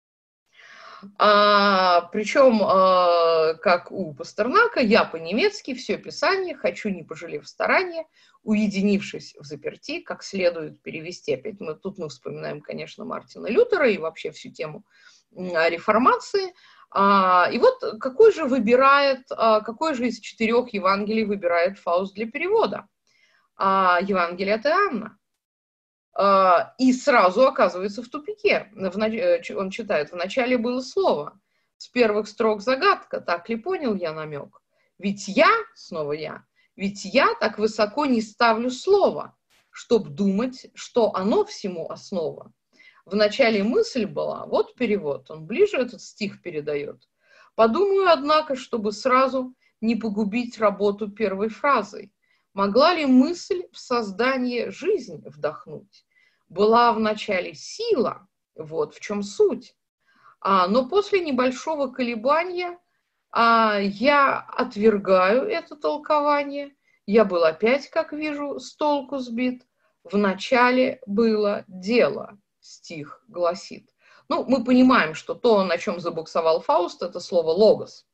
[SPEAKER 2] Причем, как у Пастернака, я по-немецки все Писание хочу, не пожалев старания, уединившись в заперти, как следует перевести. Опять мы вспоминаем, конечно, Мартина Лютера и вообще всю тему реформации. И вот какой же из 4 Евангелий выбирает Фауст для перевода? Евангелие от Иоанна. И сразу оказывается в тупике. Он читает: «Вначале было слово, с первых строк загадка, так ли понял я намек? Ведь я, снова я, ведь я так высоко не ставлю слово, чтоб думать, что оно всему основа. Вначале мысль была, вот перевод, он ближе этот стих передает. Подумаю, однако, чтобы сразу не погубить работу первой фразой. Могла ли мысль в создание жизнь вдохнуть? Была вначале сила, вот в чем суть. Но после небольшого колебания я отвергаю это толкование. Я был опять, как вижу, с толку сбит. Вначале было дело, стих гласит. Ну, мы понимаем, что то, на чем забуксовал Фауст, это слово «логос».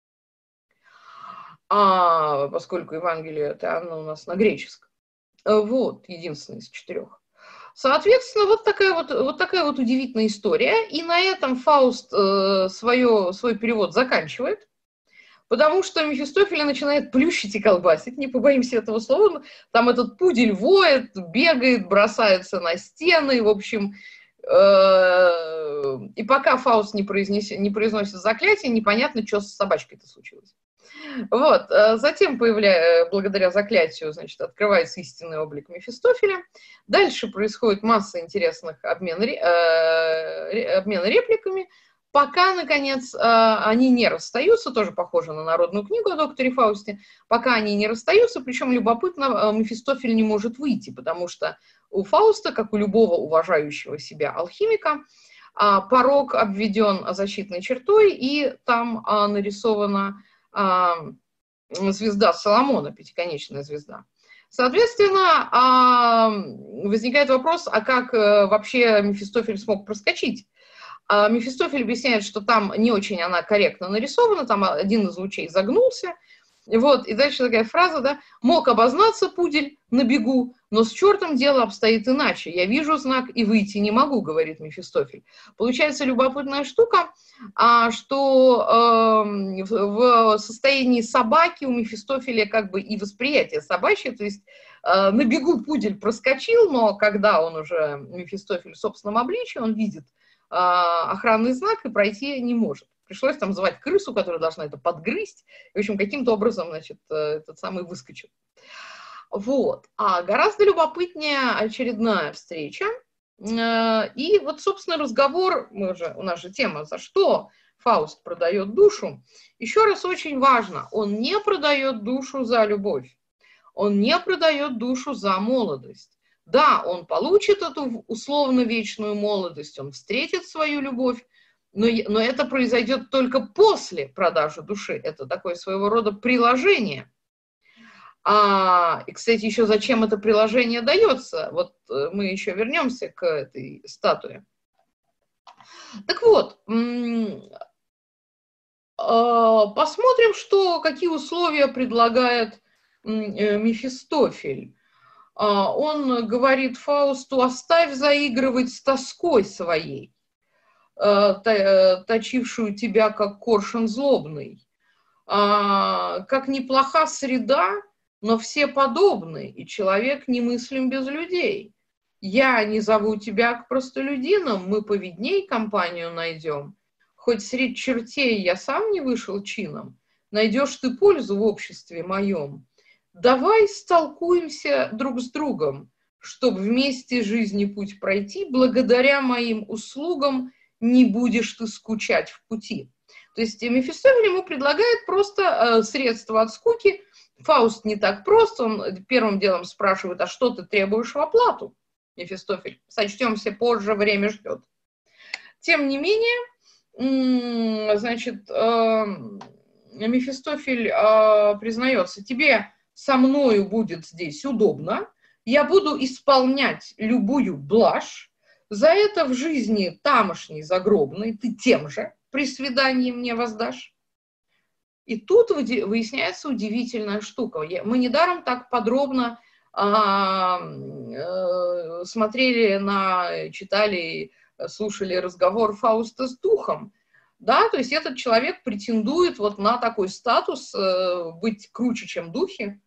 [SPEAKER 2] Поскольку Евангелие, это оно у нас на греческом. Вот, единственное из 4. Соответственно, вот такая вот удивительная история. И на этом Фауст свой перевод заканчивает, потому что Мефистофеля начинает плющить и колбасить, не побоимся этого слова. Там этот пудель воет, бегает, бросается на стены, в общем. И пока Фауст не произносит заклятие, непонятно, что с собачкой-то случилось. Вот. Затем, благодаря заклятию, значит, открывается истинный облик Мефистофеля. Дальше происходит масса интересных обмена репликами, пока, наконец, они не расстаются, тоже похоже на народную книгу о докторе Фаусте, пока они не расстаются, причем любопытно, Мефистофель не может выйти, потому что у Фауста, как у любого уважающего себя алхимика, порог обведен защитной чертой, и там нарисована звезда Соломона, пятиконечная звезда. Соответственно, возникает вопрос, а как вообще Мефистофель смог проскочить? Мефистофель объясняет, что там не очень она корректно нарисована, там один из лучей загнулся. Вот, и дальше такая фраза, да, «Мог обознаться пудель на бегу, но с чертом дело обстоит иначе. Я вижу знак и выйти не могу», говорит Мефистофель. Получается любопытная штука, что в состоянии собаки у Мефистофеля как бы и восприятие собачье, то есть на бегу пудель проскочил, но когда он уже, Мефистофель, в собственном обличии, он видит охранный знак и пройти не может. Пришлось там звать крысу, которая должна это подгрызть. И, в общем, каким-то образом, значит, этот самый выскочил. Вот. А гораздо любопытнее очередная встреча. И вот, собственно, разговор, у нас же тема, за что Фауст продает душу. Еще раз очень важно, он не продает душу за любовь. Он не продает душу за молодость. Да, он получит эту условно вечную молодость, он встретит свою любовь, но это произойдет только после продажи души. Это такое своего рода приложение. И, кстати, еще зачем это приложение дается? Вот мы еще вернемся к этой статуе. Так вот, посмотрим, какие условия предлагает Мефистофель. Он говорит Фаусту: «Оставь заигрывать с тоской своей, точившую тебя, как коршун злобный. Как неплоха среда, но все подобны, и человек немыслим без людей. Я не зову тебя к простолюдинам, мы повидней компанию найдем. Хоть средь чертей я сам не вышел чином, найдешь ты пользу в обществе моем. Давай столкуемся друг с другом, чтоб вместе жизни путь пройти, благодаря моим услугам не будешь ты скучать в пути». То есть Мефистофель ему предлагает просто средства от скуки. Фауст не так прост, он первым делом спрашивает: «А что ты требуешь в оплату?» Мефистофель: «Сочтемся позже, время ждет». Тем не менее, значит, Мефистофель признается: «Тебе со мною будет здесь удобно, я буду исполнять любую блажь, за это в жизни тамошней загробной ты тем же при свидании мне воздашь». И тут выясняется удивительная штука. Мы недаром так подробно читали, слушали разговор Фауста с духом. Да, то есть этот человек претендует вот на такой статус, быть круче, чем духи.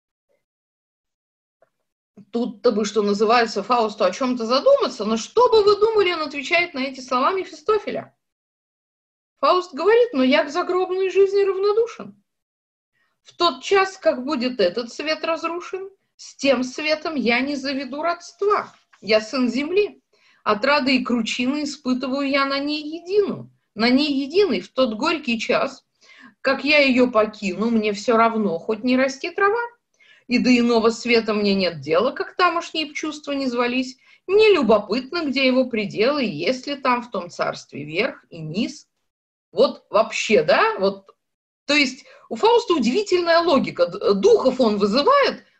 [SPEAKER 2] Тут-то бы, что называется, Фаусту о чем-то задуматься, но что бы вы думали, он отвечает на эти слова Мефистофеля. Фауст говорит: «Но я к загробной жизни равнодушен. В тот час, как будет этот свет разрушен, с тем светом я не заведу родства. Я сын земли. Отрады и кручины испытываю я на ней единой в тот горький час, как я ее покину, мне все равно, хоть не расти трава. И до иного света мне нет дела, как тамошние чувства не звались. Мне любопытно, где его пределы, и есть ли там в том царстве верх и низ». Вот вообще, да, вот, то есть у Фауста удивительная логика. Духов он вызывает,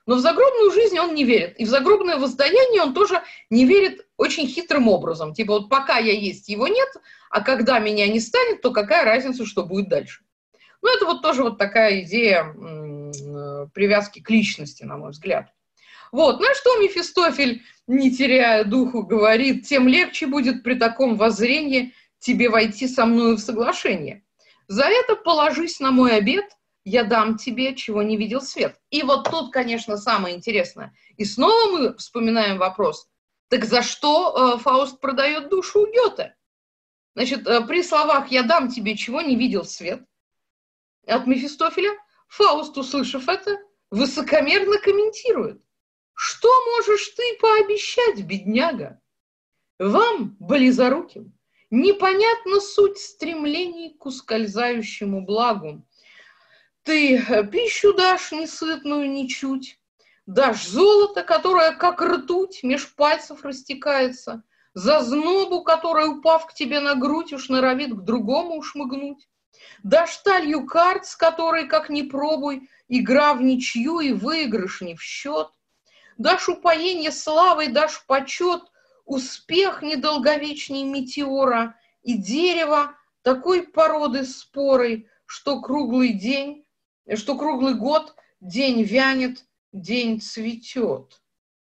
[SPEAKER 2] Но в загробную жизнь он не верит. И в загробное воздаяние он тоже не верит очень хитрым образом. Типа вот пока я есть, его нет, а когда меня не станет, то какая разница, что будет дальше. Ну, это вот тоже вот такая идея привязки к личности, на мой взгляд. Вот, ну и что Мефистофель, не теряя духу, говорит: тем легче будет при таком воззрении тебе войти со мною в соглашение. За это положись на мой обет, я дам тебе, чего не видел свет. И вот тут, конечно, самое интересное. И снова мы вспоминаем вопрос: так за что Фауст продает душу у Гёте? Значит, при словах «я дам тебе, чего не видел свет» от Мефистофеля, Фауст, услышав это, высокомерно комментирует: что можешь ты пообещать, бедняга? Вам, близоруким, непонятна суть стремлений к ускользающему благу. Ты пищу дашь несытную ничуть, дашь золото, которое, как ртуть, меж пальцев растекается, зазнобу, которая, упав к тебе на грудь, уж норовит к другому ушмыгнуть, дашь талью карт, с которой, как ни пробуй, игра в ничью и выигрыш не в счет, дашь упоение славой, дашь почет, успех недолговечней метеора и дерево такой породы спорой, что круглый год день вянет, день цветет.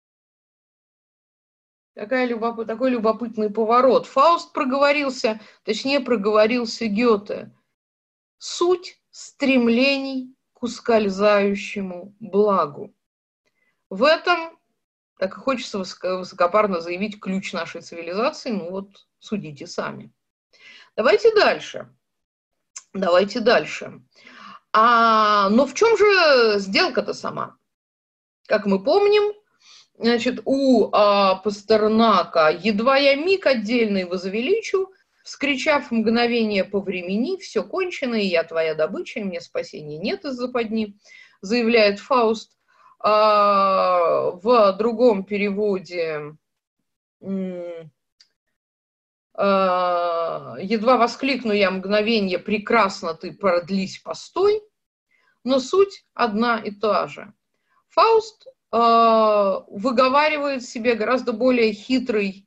[SPEAKER 2] Такой любопытный поворот. Фауст проговорился Гёте. Суть стремлений к ускользающему благу. В этом, так и хочется высокопарно заявить, ключ нашей цивилизации. Ну вот, судите сами. Давайте дальше. Но в чем же сделка-то сама? Как мы помним, значит, у Пастернака «Едва я миг отдельный возвеличу, вскричав мгновение по времени, все кончено, и я твоя добыча, и мне спасения нет из западни», заявляет Фауст. В другом переводе «Едва воскликну я мгновенье, прекрасно ты, продлись, постой», но суть одна и та же. Фауст выговаривает себе гораздо более хитрые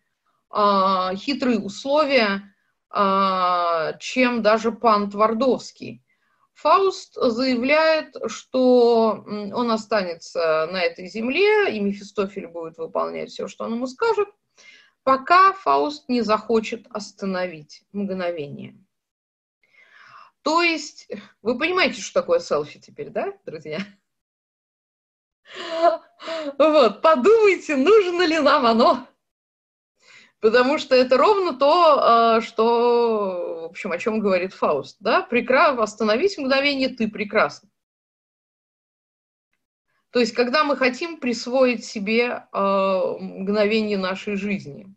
[SPEAKER 2] условия, чем даже пан Твардовский. Фауст заявляет, что он останется на этой земле, и Мефистофель будет выполнять все, что он ему скажет, пока Фауст не захочет остановить мгновение. То есть, вы понимаете, что такое селфи теперь, да, друзья? Вот, подумайте, нужно ли нам оно. Потому что это ровно то, что, в общем, о чем говорит Фауст. Да? Остановись мгновение, ты прекрасен. То есть, когда мы хотим присвоить себе мгновение нашей жизни.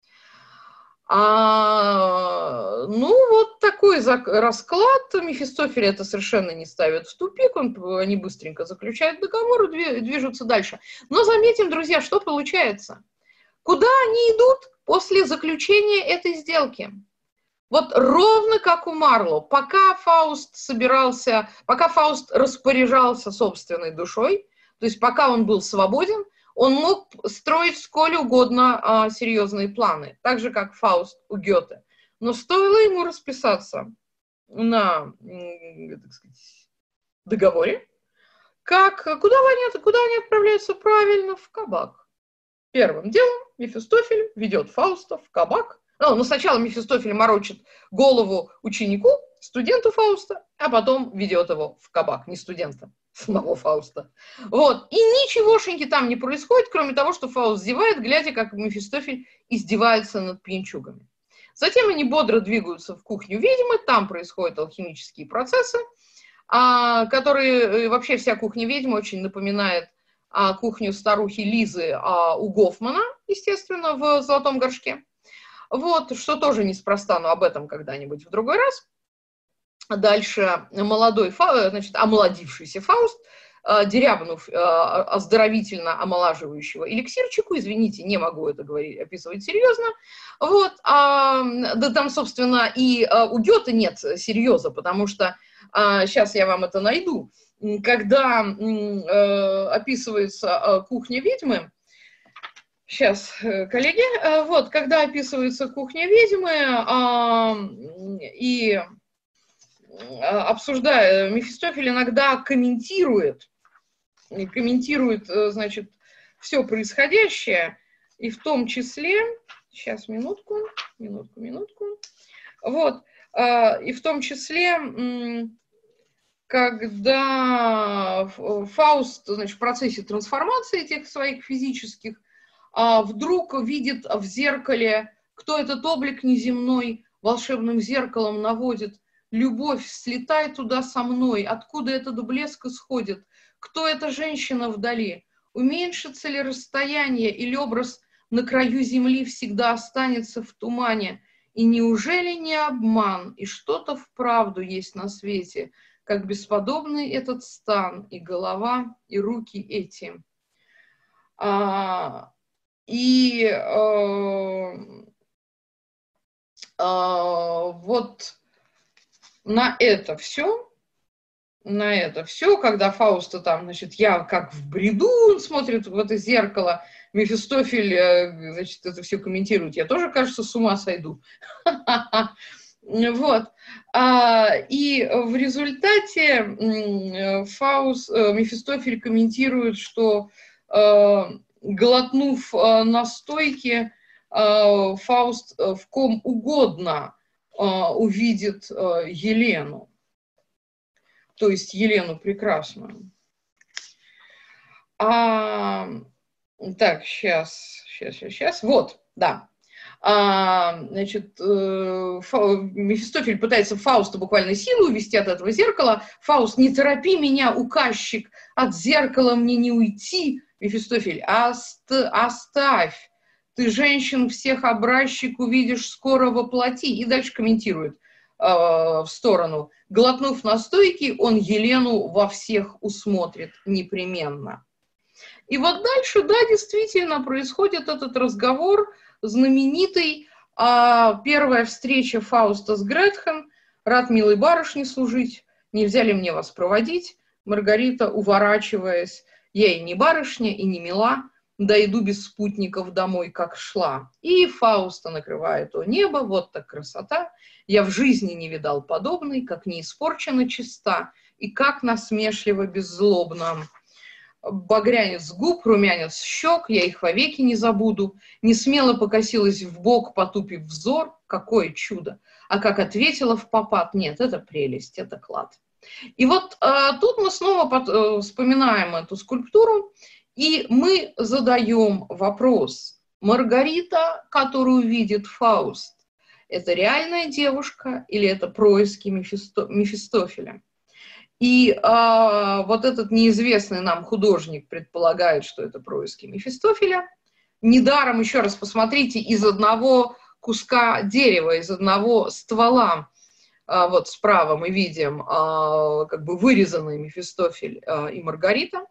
[SPEAKER 2] Вот такой расклад. Мефистофеля это совершенно не ставит в тупик. Они быстренько заключают договор и движутся дальше. Но заметим, друзья, что получается. Куда они идут после заключения этой сделки? Вот ровно как у Марло. Пока Фауст распоряжался собственной душой, то есть пока он был свободен, он мог строить сколь угодно серьезные планы, так же, как Фауст у Гёте. Но стоило ему расписаться на, так сказать, договоре, куда они отправляются? Правильно, в кабак. Первым делом Мефистофель ведет Фауста в кабак. Но сначала Мефистофель морочит голову ученику, студенту Фауста, а потом ведет его в кабак, не студента, самого Фауста. Вот. И ничегошеньки там не происходит, кроме того, что Фауст зевает, глядя, как Мефистофель издевается над пьянчугами. Затем они бодро двигаются в кухню ведьмы, там происходят алхимические процессы, которые вообще вся кухня ведьмы очень напоминает кухню старухи Лизы у Гофмана, естественно, в «Золотом горшке». Вот, что тоже неспроста, но об этом когда-нибудь в другой раз. Дальше омолодившийся Фауст, дерябнув оздоровительно омолаживающего эликсирчику, извините, не могу это описывать серьезно, вот, да там, собственно, и у Гёте нет серьеза, потому что, сейчас я вам это найду, когда описывается кухня ведьмы, сейчас, коллеги, вот, когда описывается кухня ведьмы, и обсуждая, Мефистофель иногда комментирует, значит, все происходящее, и в том числе, сейчас, минутку, вот, и в том числе, когда Фауст, значит, в процессе трансформации этих своих физических, вдруг видит в зеркале, кто этот облик неземной волшебным зеркалом наводит. Любовь, слетай туда со мной, откуда этот блеск исходит, кто эта женщина вдали, уменьшится ли расстояние, или образ на краю земли всегда останется в тумане, и неужели не обман, и что-то вправду есть на свете, как бесподобный этот стан, и голова, и руки эти. Вот на это все, когда Фауста там, значит, я как в бреду, он смотрит в это зеркало, Мефистофель, значит, это все комментирует, я тоже, кажется, с ума сойду. Вот. И в результате Мефистофель комментирует, что, глотнув настойки, Фауст в ком угодно увидит Елену, то есть Елену Прекрасную. Так, сейчас, вот, да. Значит, Мефистофель пытается Фауста буквально силу увести от этого зеркала. Фауст: не торопи меня, указчик, от зеркала мне не уйти. Мефистофель: оставь, ты женщин всех образчик увидишь скоро воплоти. И дальше комментирует в сторону. Глотнув настойки, он Елену во всех усмотрит непременно. И вот дальше, да, действительно происходит этот разговор знаменитый, первая встреча Фауста с Гретхен: рад милой барышне служить, нельзя ли мне вас проводить? Маргарита, уворачиваясь: я и не барышня, и не мила, да иду без спутников домой, как шла. И Фауста накрывает о небо, вот так красота, я в жизни не видал подобной, как не испорчена чиста, и как насмешливо беззлобно. Багрянец губ, румянец щек, я их вовеки не забуду. Не смело покосилась вбок, потупив взор, какое чудо. А как ответила впопад: нет, это прелесть, это клад. И вот тут мы снова вспоминаем эту скульптуру, и мы задаем вопрос: Маргарита, которую видит Фауст, это реальная девушка или это происки Мефистофеля? И вот этот неизвестный нам художник предполагает, что это происки Мефистофеля. Недаром, еще раз посмотрите, из одного куска дерева, из одного ствола, вот справа мы видим как бы вырезанный Мефистофель и Маргарита.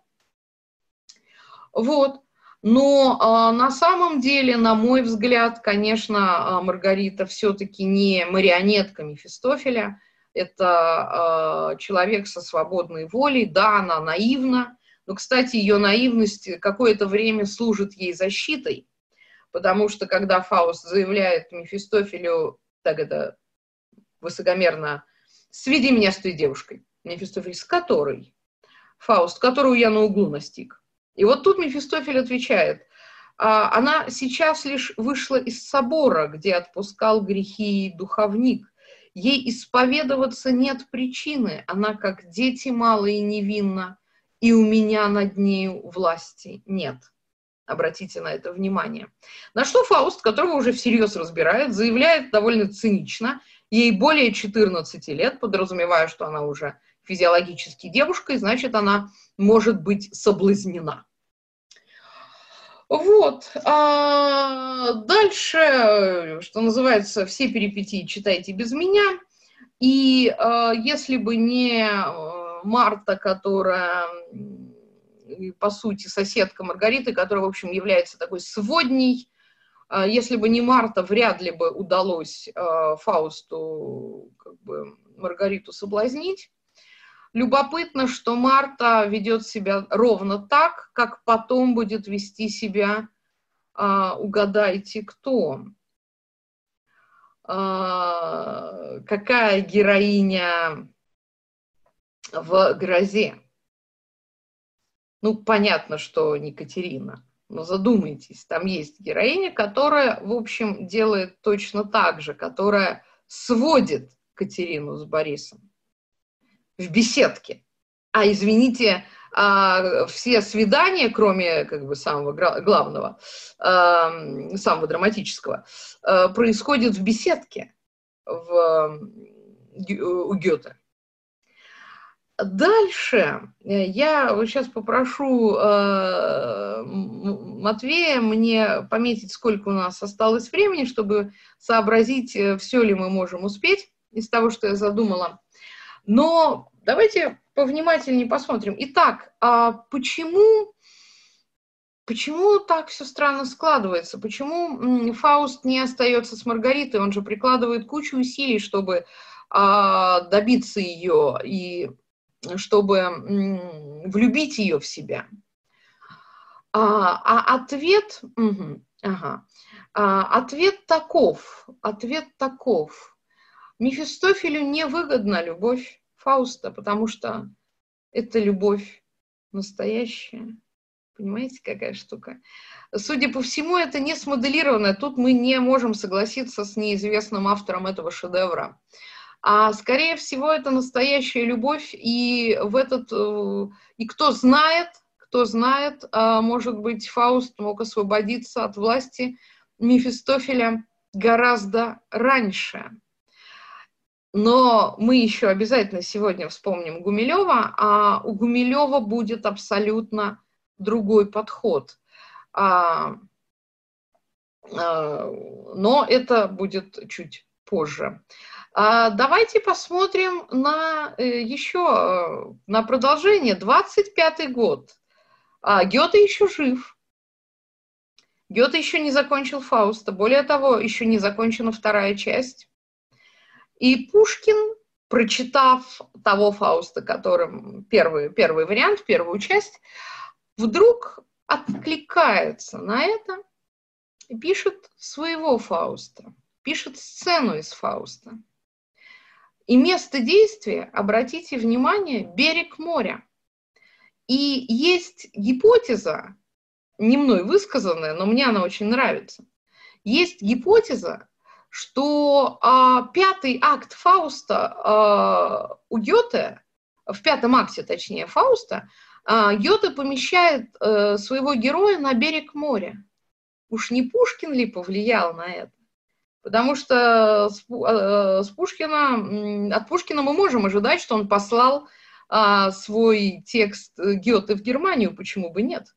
[SPEAKER 2] Вот. Но на самом деле, на мой взгляд, конечно, Маргарита все-таки не марионетка Мефистофеля. Это человек со свободной волей, да, она наивна, но, кстати, ее наивность какое-то время служит ей защитой, потому что, когда Фауст заявляет Мефистофелю, так это высокомерно: сведи меня с той девушкой. Мефистофель: с которой? Фауст: которую я на углу настиг. И вот тут Мефистофель отвечает: она сейчас лишь вышла из собора, где отпускал грехи духовник. Ей исповедоваться нет причины, она как дети мало и невинна, и у меня над нею власти нет. Обратите на это внимание. На что Фауст, которого уже всерьез разбирает, заявляет довольно цинично: ей более 14 лет, подразумевая, что она уже физиологически девушка, и значит, она может быть соблазнена. Вот. Дальше, что называется, все перипетии читайте без меня. И если бы не Марта, которая, по сути, соседка Маргариты, которая, в общем, является такой сводней, если бы не Марта, вряд ли бы удалось Фаусту как бы Маргариту соблазнить. Любопытно, что Марта ведет себя ровно так, как потом будет вести себя, угадайте, кто. Какая героиня в «Грозе»? Ну, понятно, что не Катерина, но задумайтесь, там есть героиня, которая, в общем, делает точно так же, которая сводит Катерину с Борисом в беседке. А, извините, все свидания, кроме как бы самого главного, самого драматического, происходят в беседке у Гёте. Дальше я сейчас попрошу Матвея мне пометить, сколько у нас осталось времени, чтобы сообразить, все ли мы можем успеть из того, что я задумала. Но давайте повнимательнее посмотрим. Итак, почему так все странно складывается? Почему Фауст не остается с Маргаритой? Он же прикладывает кучу усилий, чтобы добиться ее и чтобы влюбить ее в себя. Ответ таков. Мефистофелю невыгодна любовь Фауста, потому что это любовь настоящая. Понимаете, какая штука? Судя по всему, это не смоделированное. Тут мы не можем согласиться с неизвестным автором этого шедевра. Скорее всего, это настоящая любовь, и кто знает, может быть, Фауст мог освободиться от власти Мефистофеля гораздо раньше. Но мы еще обязательно сегодня вспомним Гумилева, а у Гумилева будет абсолютно другой подход. Но это будет чуть позже. Давайте посмотрим на продолжение. 25-й год. Гёте еще жив. Гёте еще не закончил Фауста. Более того, еще не закончена вторая часть. И Пушкин, прочитав того Фауста, которым первый вариант, первую часть, вдруг откликается на это и пишет своего Фауста, пишет сцену из Фауста. И место действия, обратите внимание, берег моря. И есть гипотеза, не мной высказанная, но мне она очень нравится. Есть гипотеза, что пятый акт Фауста у Гёте, в пятом акте, точнее, Фауста, Гёте помещает своего героя на берег моря. Уж не Пушкин ли повлиял на это? Потому что от Пушкина мы можем ожидать, что он послал свой текст Гёте в Германию, почему бы нет?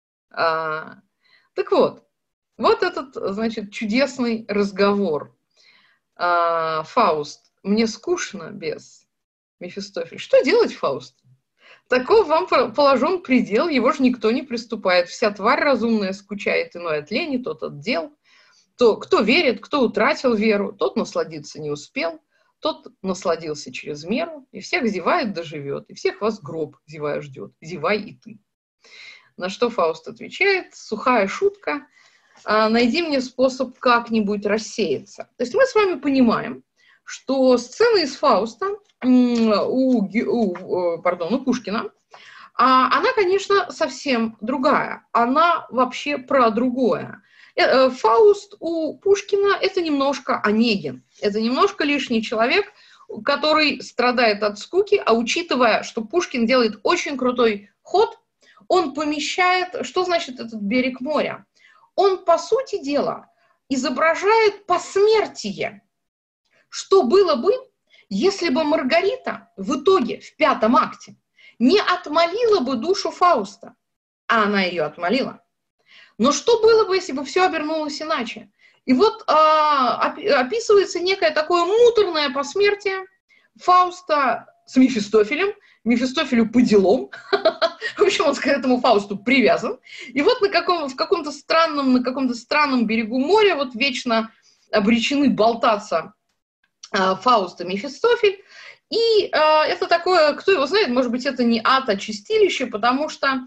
[SPEAKER 2] Так вот этот, значит, чудесный разговор. Фауст, мне скучно без Мефистофеля. Что делать, Фауст? Таков вам положен предел, его же никто не приступает. Вся тварь разумная скучает иной от лени, тот от дел. Кто верит, кто утратил веру, тот насладиться не успел, тот насладился через меру, и всех зевает да живет, и всех вас гроб зевая ждет, зевай и ты. На что Фауст отвечает: сухая шутка, найди мне способ как-нибудь рассеяться. То есть мы с вами понимаем, что сцена из Фауста у Пушкина, она, конечно, совсем другая, она вообще про другое. Фауст у Пушкина – это немножко Онегин, это немножко лишний человек, который страдает от скуки, а учитывая, что Пушкин делает очень крутой ход, он помещает, что значит этот берег моря? Он, по сути дела, изображает посмертие. Что было бы, если бы Маргарита в итоге, в пятом акте, не отмолила бы душу Фауста, а она ее отмолила? Но что было бы, если бы все обернулось иначе? И вот описывается некое такое муторное посмертие Фауста с Мефистофелем, Мефистофелю по делам. В общем, он к этому Фаусту привязан. И вот на каком-то странном берегу моря вот вечно обречены болтаться Фауст и Мефистофель. И это такое, кто его знает, может быть, это не ад, а чистилище, потому что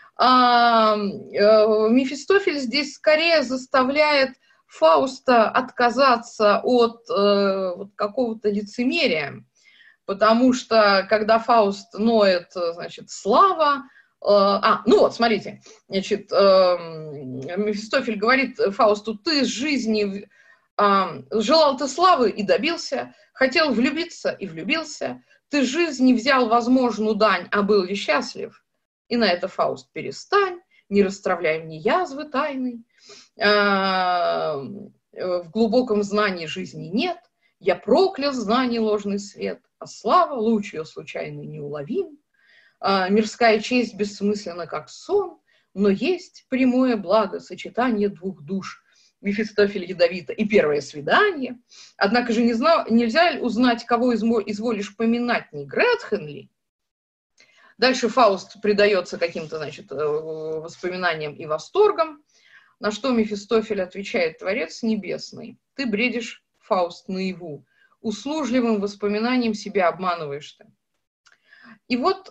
[SPEAKER 2] Мефистофель здесь скорее заставляет Фауста отказаться от какого-то лицемерия, потому что когда Фауст ноет, значит, слава, ну вот, смотрите, значит, Мефистофель говорит Фаусту: ты с жизни желал ты славы и добился, хотел влюбиться и влюбился, ты с жизни взял возможную дань, а был ли счастлив? И на это Фауст: перестань, не расстравляй мне язвы тайной, в глубоком знании жизни нет, я проклял знаний ложный свет, а слава, луч ее случайный неуловим, мирская честь бессмысленна, как сон, но есть прямое благо, сочетание двух душ, Мефистофель ядовито, и первое свидание. Однако же нельзя узнать, кого изволишь поминать, не Гретхен ли? Дальше Фауст предается каким-то, значит, воспоминаниям и восторгам, на что Мефистофель отвечает: Творец небесный, ты бредишь, Фауст, наяву, услужливым воспоминанием себя обманываешь ты. И вот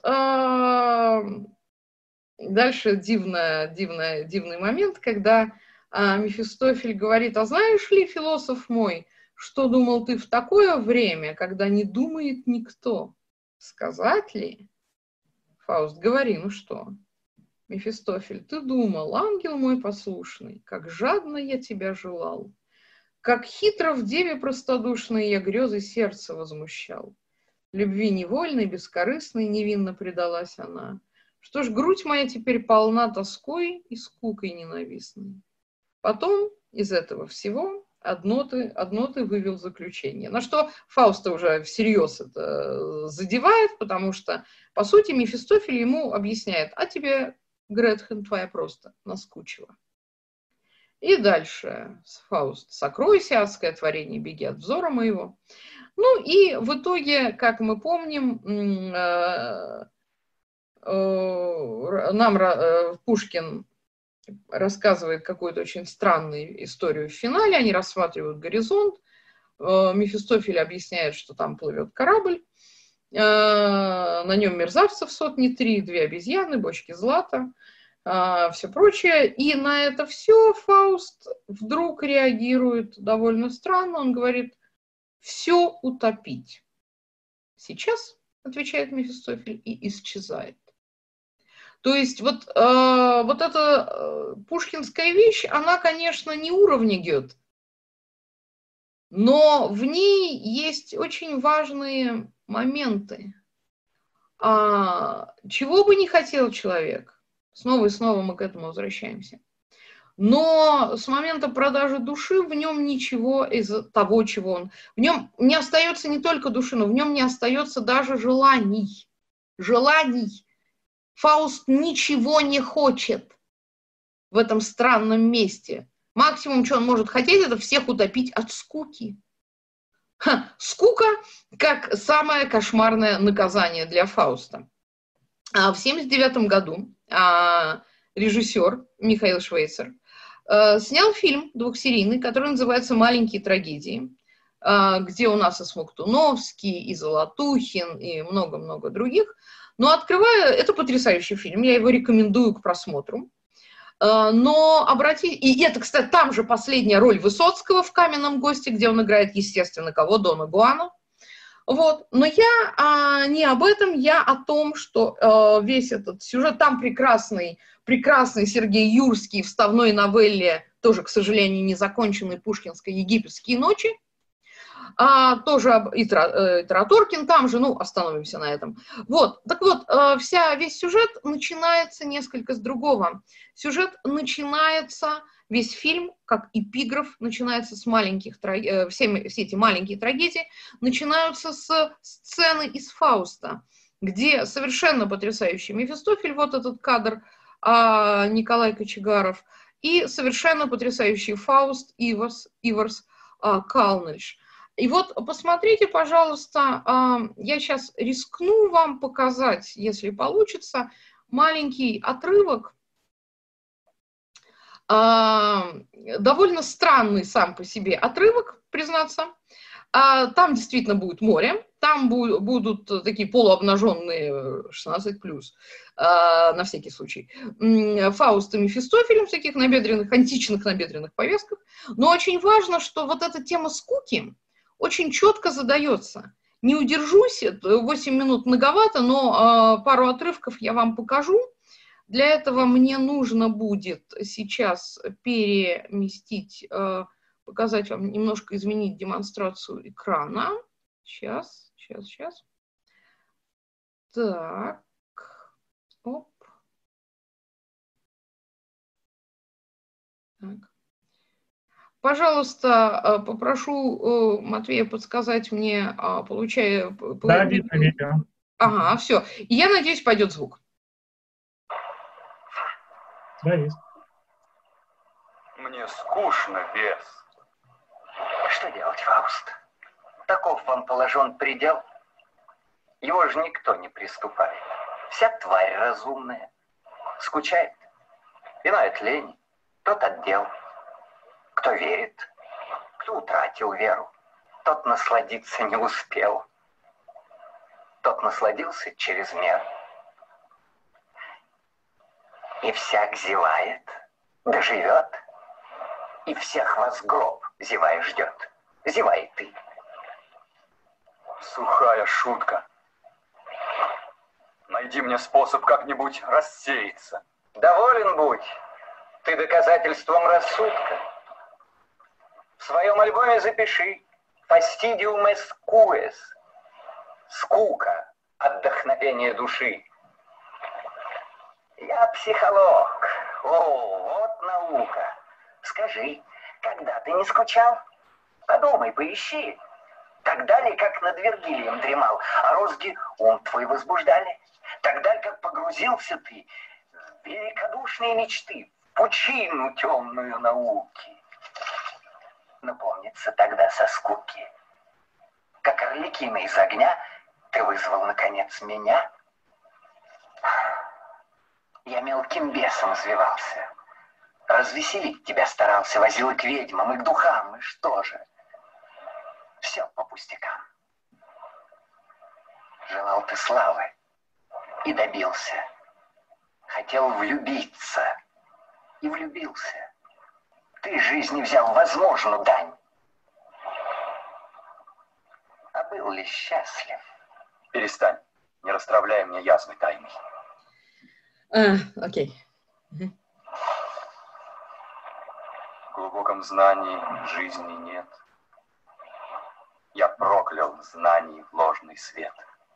[SPEAKER 2] дальше дивный момент, когда Мефистофель говорит: а знаешь ли, философ мой, что думал ты в такое время, когда не думает никто? Сказать ли? Фауст: говори, ну что? Мефистофель: ты думал, ангел мой послушный, как жадно я тебя желал, как хитро в деве простодушной я грезы сердца возмущал. Любви невольной, бескорыстной, невинно предалась она. Что ж, грудь моя теперь полна тоской и скукой ненавистной. Потом из этого всего одно ты вывел заключение. На что Фауста уже всерьез это задевает, потому что, по сути, Мефистофель ему объясняет: а тебе, Гретхен, твоя просто наскучила. И дальше Фауст: сокройся, адское творение, беги от взора моего. Ну и в итоге, как мы помним, нам Пушкин рассказывает какую-то очень странную историю в финале. Они рассматривают горизонт. Мефистофель объясняет, что там плывет корабль. На нем мерзавцев 103, 2 обезьяны, бочки злата, все прочее. И на это все Фауст вдруг реагирует довольно странно. Он говорит: все утопить. Сейчас, отвечает Мефистофель, и исчезает. То есть вот эта пушкинская вещь, она, конечно, не уровня Гёте, но в ней есть очень важные моменты. Чего бы не хотел человек, снова и снова мы к этому возвращаемся, но с момента продажи души в нем ничего из того, чего он... В нем не остается не только души, но в нем не остается даже желаний. Фауст ничего не хочет в этом странном месте. Максимум, что он может хотеть, это всех утопить от скуки. Скука как самое кошмарное наказание для Фауста. В 1979 году режиссер Михаил Швейцер снял фильм двухсерийный, который называется «Маленькие трагедии», где у нас и Смоктуновский, и Золотухин, и много-много других. Но открывая, это потрясающий фильм, я его рекомендую к просмотру. Но и это, кстати, там же последняя роль Высоцкого в «Каменном госте», где он играет, естественно, кого? Дона Гуана. Вот. Но я не об этом, я о том, что весь этот сюжет, там прекрасный Сергей Юрский в вставной новелле, тоже, к сожалению, незаконченной пушкинской «Египетские ночи», тоже и Тараторкин там же, ну, остановимся на этом. Вот, так вот, весь сюжет начинается несколько с другого. Сюжет начинается, весь фильм, как эпиграф, начинается с все эти маленькие трагедии, начинаются с сцены из «Фауста», где совершенно потрясающий Мефистофель, вот этот кадр, Николай Кочегаров, и совершенно потрясающий Фауст Иварс Калниш. И вот посмотрите, пожалуйста, я сейчас рискну вам показать, если получится, маленький отрывок, довольно странный сам по себе отрывок, признаться, Там действительно будет море, там будут такие полуобнаженные 16+, на всякий случай, Фауст и Мефистофель в таких набедренных, античных набедренных повязках. Но очень важно, что вот эта тема скуки очень четко задается. Не удержусь, 8 минут многовато, но пару отрывков я вам покажу. Для этого мне нужно будет сейчас переместить, показать вам, немножко изменить демонстрацию экрана. Сейчас. Так. Оп. Так. Пожалуйста, попрошу Матвея подсказать мне, получая...
[SPEAKER 3] Да, видно.
[SPEAKER 2] Ага, все. И я надеюсь, пойдет звук.
[SPEAKER 3] Да, есть.
[SPEAKER 4] Мне скучно без. Что делать, Фауст? Таков вам положен предел. Его же никто не приступает. Вся тварь разумная. Скучает. Иной от лени, тот от дел. Кто верит, кто утратил веру, тот насладиться не успел. Тот насладился через меру. И всяк зевает, доживет, и всех вас гроб, зевая, ждет. Зевай и ты.
[SPEAKER 5] Сухая шутка. Найди мне способ как-нибудь рассеяться.
[SPEAKER 4] Доволен будь. Ты доказательством рассудка. В своем альбоме запиши «Fastidium est quoes» — скука, отдохновение души. Я психолог. О, вот наука. Скажи, когда ты не скучал? Подумай, поищи. Тогда ли, как над Вергилием дремал, а розги ум твой возбуждали? Тогда ли, как погрузился ты в великодушные мечты, в пучину темную науки? Напомнится тогда со скуки, как Арлекина из огня ты вызвал, наконец, меня. Я мелким бесом извивался, развеселить тебя старался, возил и к ведьмам, и к духам, и что же? Все по пустякам. Желал ты славы и добился. Хотел влюбиться и влюбился. Ты жизни взял возможную дань. А был ли счастлив?
[SPEAKER 5] Перестань, не расстравляй мне ясной тайной.
[SPEAKER 2] Окей.
[SPEAKER 5] В глубоком знании жизни нет. Я проклял знаний ложный свет.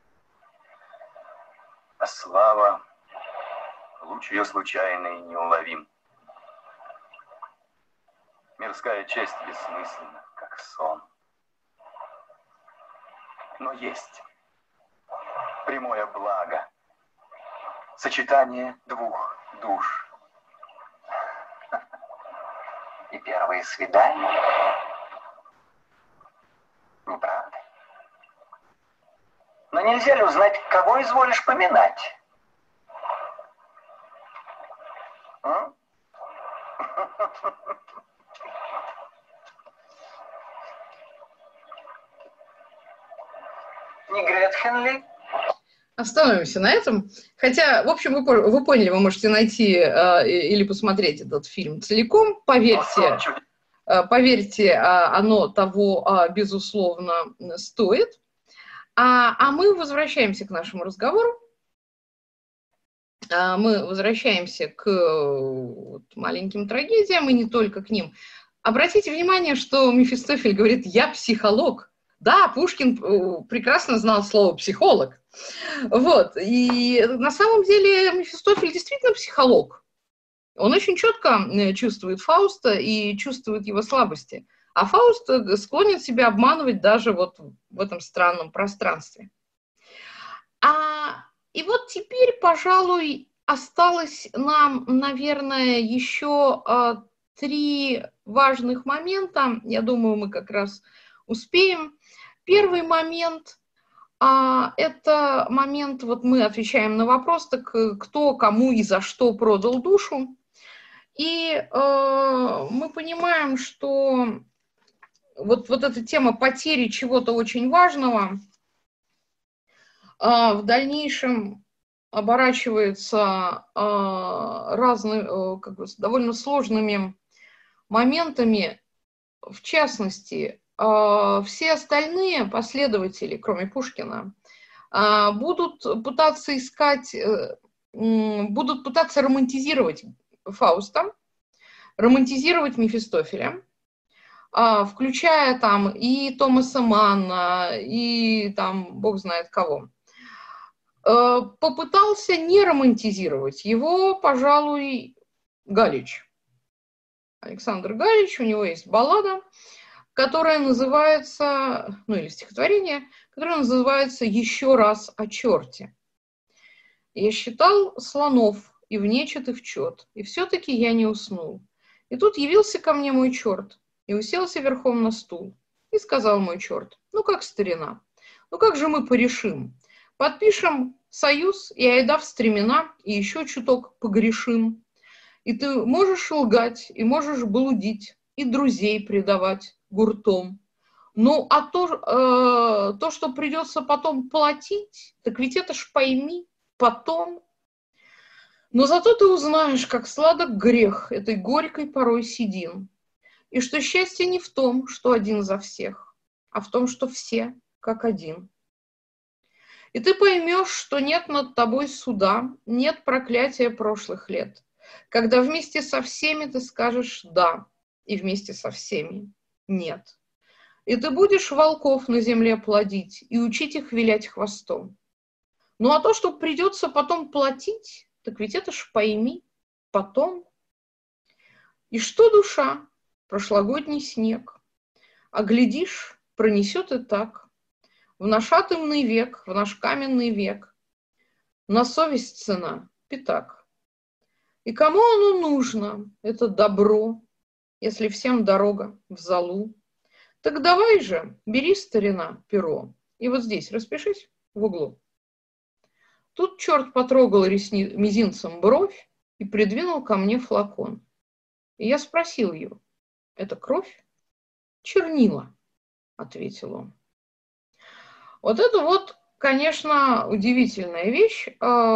[SPEAKER 5] А слава, луч ее случайный, неуловим. Мирская честь бессмысленна, как сон. Но есть прямое благо, сочетание двух душ.
[SPEAKER 4] И первые свидания, не правда? Но нельзя ли узнать, кого изволишь поминать? Не Гретхен ли?
[SPEAKER 2] Остановимся на этом. Хотя, в общем, вы поняли, вы можете найти или посмотреть этот фильм целиком. Поверьте, оно того, безусловно, стоит. А мы возвращаемся к нашему разговору. Мы возвращаемся к маленьким трагедиям, и не только к ним. Обратите внимание, что Мефистофель говорит: «Я психолог». Да, Пушкин прекрасно знал слово «психолог». Вот. И на самом деле Мефистофель действительно психолог. Он очень четко чувствует Фауста и чувствует его слабости. А Фауст склонен себя обманывать даже вот в этом странном пространстве. И вот теперь, пожалуй, осталось нам, наверное, еще 3 важных момента. Я думаю, мы как раз успеем. Первый момент – это момент, вот мы отвечаем на вопрос, так кто, кому и за что продал душу. И мы понимаем, что вот эта тема потери чего-то очень важного в дальнейшем оборачивается как бы, довольно сложными моментами. В частности, все остальные последователи, кроме Пушкина, будут пытаться романтизировать Фауста, романтизировать Мефистофеля, включая там и Томаса Манна, и там бог знает кого. Попытался не романтизировать его, пожалуй, Галич. Александр Галич, у него есть баллада, которая называется, ну или стихотворение, которое называется «Еще раз о черте». Я считал слонов и в нечет, и в чет, и все-таки я не уснул. И тут явился ко мне мой черт, и уселся верхом на стул, и сказал мой черт: ну как, старина, ну как же мы порешим? Подпишем союз, и айда в стремена, и еще чуток погрешим. И ты можешь лгать, и можешь блудить, и друзей предавать гуртом. Ну, а то, что придется потом платить, так ведь это ж пойми, потом. Но зато ты узнаешь, как сладок грех этой горькой порой седин, и что счастье не в том, что один за всех, а в том, что все как один. И ты поймешь, что нет над тобой суда, нет проклятия прошлых лет, когда вместе со всеми ты скажешь «да», и вместе со всеми «нет». И ты будешь волков на земле плодить и учить их вилять хвостом. Ну а то, что придется потом платить, так ведь это ж пойми, потом. И что душа? Прошлогодний снег. А глядишь, пронесет и так. В наш атомный век, в наш каменный век. На совесть цена – пятак. И кому оно нужно, это добро, если всем дорога в золу? Так давай же, бери, старина, перо, и вот здесь распишись в углу. Тут черт потрогал мизинцем бровь и придвинул ко мне флакон. И я спросил его: это кровь? Чернила, ответил он. Вот это вот, конечно, удивительная вещь.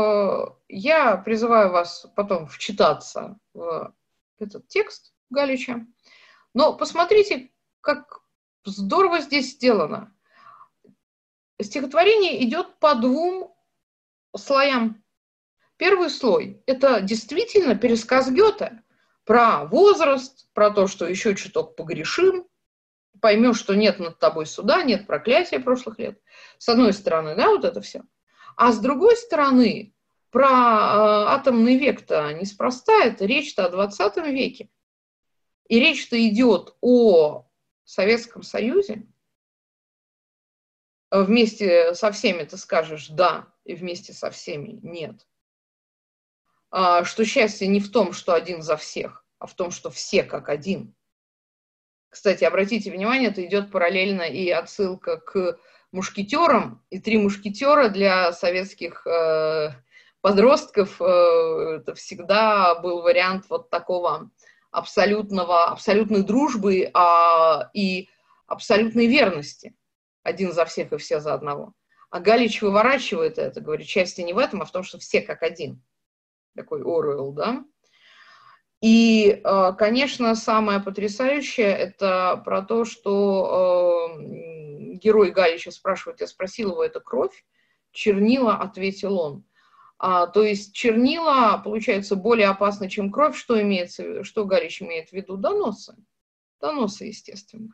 [SPEAKER 2] Я призываю вас потом вчитаться в этот текст Галича. Но посмотрите, как здорово здесь сделано. Стихотворение идет по двум слоям. Первый слой – это действительно пересказ Гёте про возраст, про то, что еще чуток погрешим, поймешь, что нет над тобой суда, нет проклятия прошлых лет. С одной стороны, да, вот это все. А с другой стороны, про атомный век-то неспроста, это речь-то о 20 веке. И речь-то идет о Советском Союзе. Вместе со всеми ты скажешь «да», и вместе со всеми «нет». Что счастье не в том, что один за всех, а в том, что все как один. Кстати, обратите внимание, это идет параллельно и отсылка к мушкетерам. И «Три мушкетера» для советских подростков это всегда был вариант вот такого абсолютной дружбы и абсолютной верности. Один за всех и все за одного. А Галич выворачивает это, говорит, счастье не в этом, а в том, что все как один. Такой Оруэлл, да? И, конечно, самое потрясающее – это про то, что герой Галича спрашивает, я спросил его, это кровь? Чернила, ответил он. То есть чернила, получается, более опасны, чем кровь. Что Галич имеет в виду? Доносы. Доносы, естественно.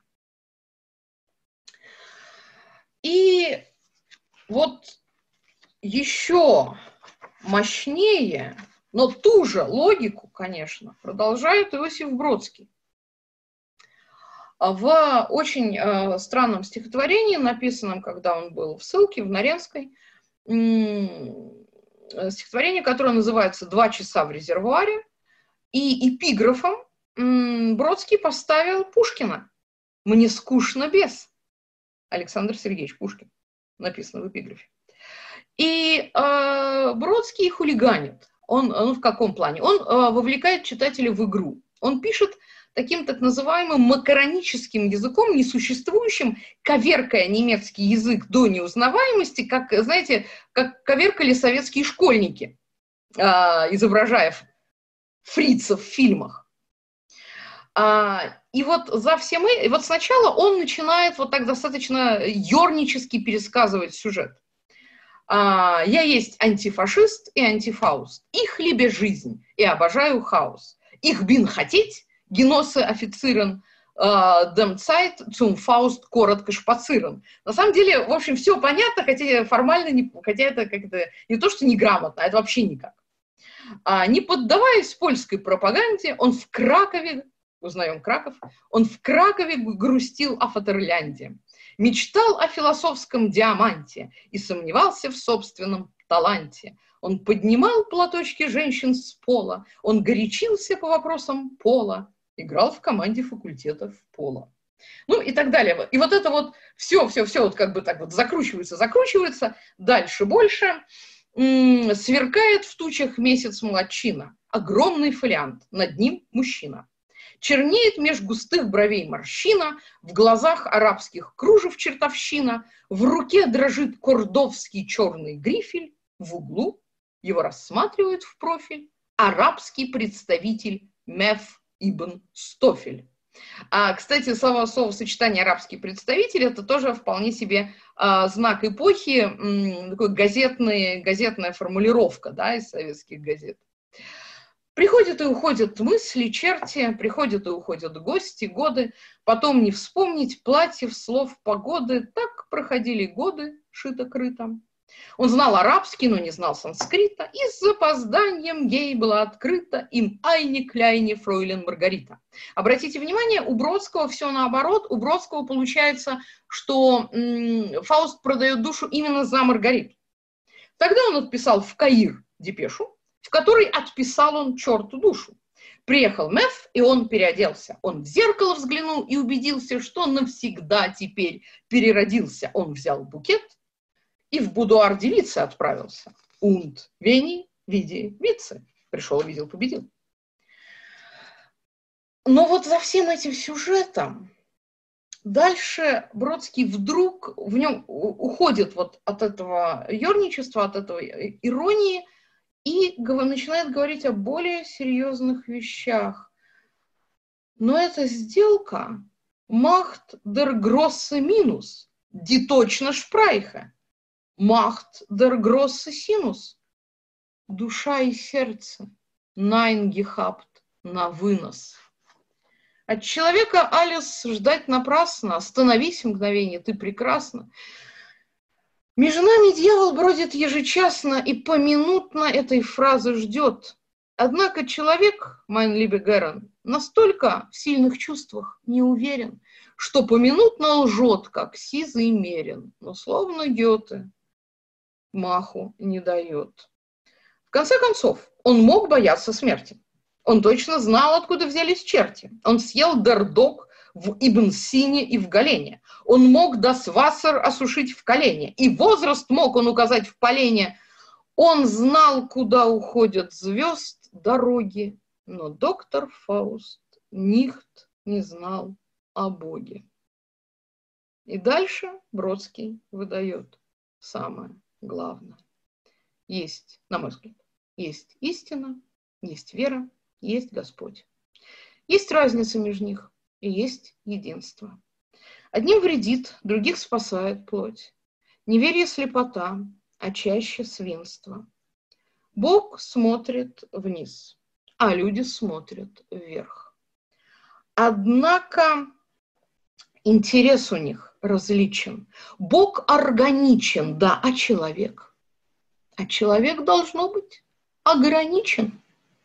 [SPEAKER 2] И вот еще мощнее, но ту же логику, конечно, продолжает Иосиф Бродский. В очень странном стихотворении, написанном, когда он был в ссылке в Наренской, стихотворение, которое называется «Два часа в резервуаре», и эпиграфом Бродский поставил Пушкина. «Мне скучно без». Александр Сергеевич Пушкин, написано в эпиграфе. И Бродский хулиганит. Он в каком плане? Он вовлекает читателя в игру. Он пишет таким так называемым макароническим языком, несуществующим, коверкая немецкий язык до неузнаваемости, как, знаете, как коверкали советские школьники, изображая фрицев в фильмах. И вот за всем этим, вот сначала он начинает вот так достаточно ёрнически пересказывать сюжет. Я есть антифашист и антифауст. Ich liebe жизнь и обожаю хаос. Ich bin хотеть, Genosse Offizieren, dem Zeit zum Faust коротко шпацирен. На самом деле, в общем, все понятно, хотя формально, хотя это как-то не то, что неграмотно, а это вообще никак. Не поддаваясь польской пропаганде, он в Кракове, узнаем Краков, он в Кракове грустил о Фатерлянде, мечтал о философском диаманте и сомневался в собственном таланте. Он поднимал платочки женщин с пола, он горячился по вопросам пола, играл в команде факультетов пола. Ну и так далее. И вот это вот все вот как бы так вот закручивается, дальше больше. Сверкает в тучах месяц молодчина, огромный фолиант, над ним мужчина. Чернеет меж густых бровей морщина, в глазах арабских кружев чертовщина, в руке дрожит кордовский черный грифель, в углу его рассматривают в профиль арабский представитель Меф ибн Стофель. Кстати, словосочетание «арабский представитель» — это тоже вполне себе знак эпохи, такой газетная формулировка, да, из советских газет. Приходят и уходят мысли, черти, приходят и уходят гости, годы, потом не вспомнить платьев, слов, погоды. Так проходили годы, шито-крыто. Он знал арабский, но не знал санскрита, и с запозданием ей была открыта им Айни Кляйни Фройлен Маргарита. Обратите внимание, у Бродского все наоборот. У Бродского получается, что Фауст продает душу именно за Маргариту. Тогда он отписал в Каир депешу, в которой отписал он черту душу. Приехал Меф, и он переоделся. Он в зеркало взглянул и убедился, что он навсегда теперь переродился. Он взял букет и в будуар девицы отправился. Und вени, види, вице. Пришел, видел, победил. Но вот за всем этим сюжетом дальше Бродский вдруг в нем уходит вот от этого ёрничества, от этой иронии и начинает говорить о более серьезных вещах. Но эта сделка macht der große Minus, die точно Sprache. Macht der große Sinus. Душа и сердце. Nein gehabt на вынос. От человека, Алис, ждать напрасно. Остановись мгновение, ты прекрасна. Между нами дьявол бродит ежечасно и поминутно этой фразы ждет. Однако человек, mein liebe Gern, настолько в сильных чувствах не уверен, что поминутно лжет, как сизый мерин, но словно Гёте маху не дает. В конце концов, он мог бояться смерти. Он точно знал, откуда взялись черти. Он съел дердог в Ибн-Сине и в Галене. Он мог das Wasser осушить в колене. И возраст мог он указать в полене. Он знал, куда уходят звезд дороги. Но доктор Фауст нихт не знал о Боге. И дальше Бродский выдает самое главное. Есть, на мой взгляд, есть истина, есть вера, есть Господь. Есть разница между них и есть единство. Одним вредит, других спасает плоть. Неверие слепота, а чаще свинство. Бог смотрит вниз, а люди смотрят вверх. Однако интерес у них различен. Бог органичен, да, а человек? А человек должно быть ограничен.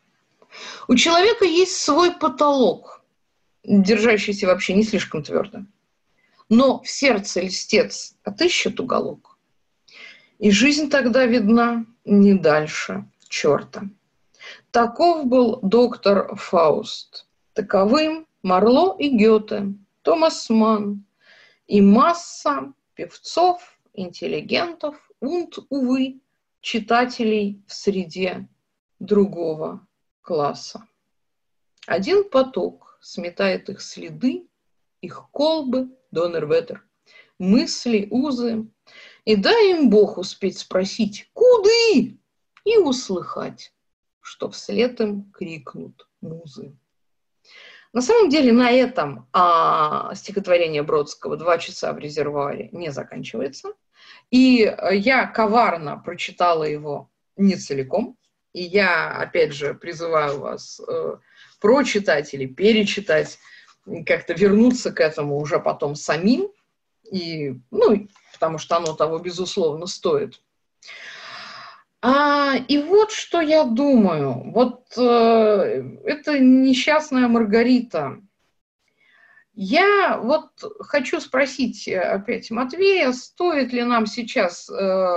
[SPEAKER 2] У человека есть свой потолок, держащийся вообще не слишком твердо. Но в сердце льстец отыщет уголок. И жизнь тогда видна не дальше черта. Таков был доктор Фауст. Таковым Марло и Гёте, Томас Манн и масса певцов, интеллигентов, увы, читателей в среде другого класса. Один поток сметает их следы, их колбы, донер-ветер, мысли, узы, и дай им Бог успеть спросить «Куды?» и услыхать, что вслед им крикнут музы. На самом деле на этом стихотворение Бродского «Два часа в резервуаре» не заканчивается. И я коварно прочитала его не целиком. И я, опять же, призываю вас прочитать или перечитать, как-то вернуться к этому уже потом самим. И, потому что оно того, безусловно, стоит. И вот что я думаю. Вот это несчастная Маргарита. Я вот хочу спросить опять Матвея, стоит ли нам сейчас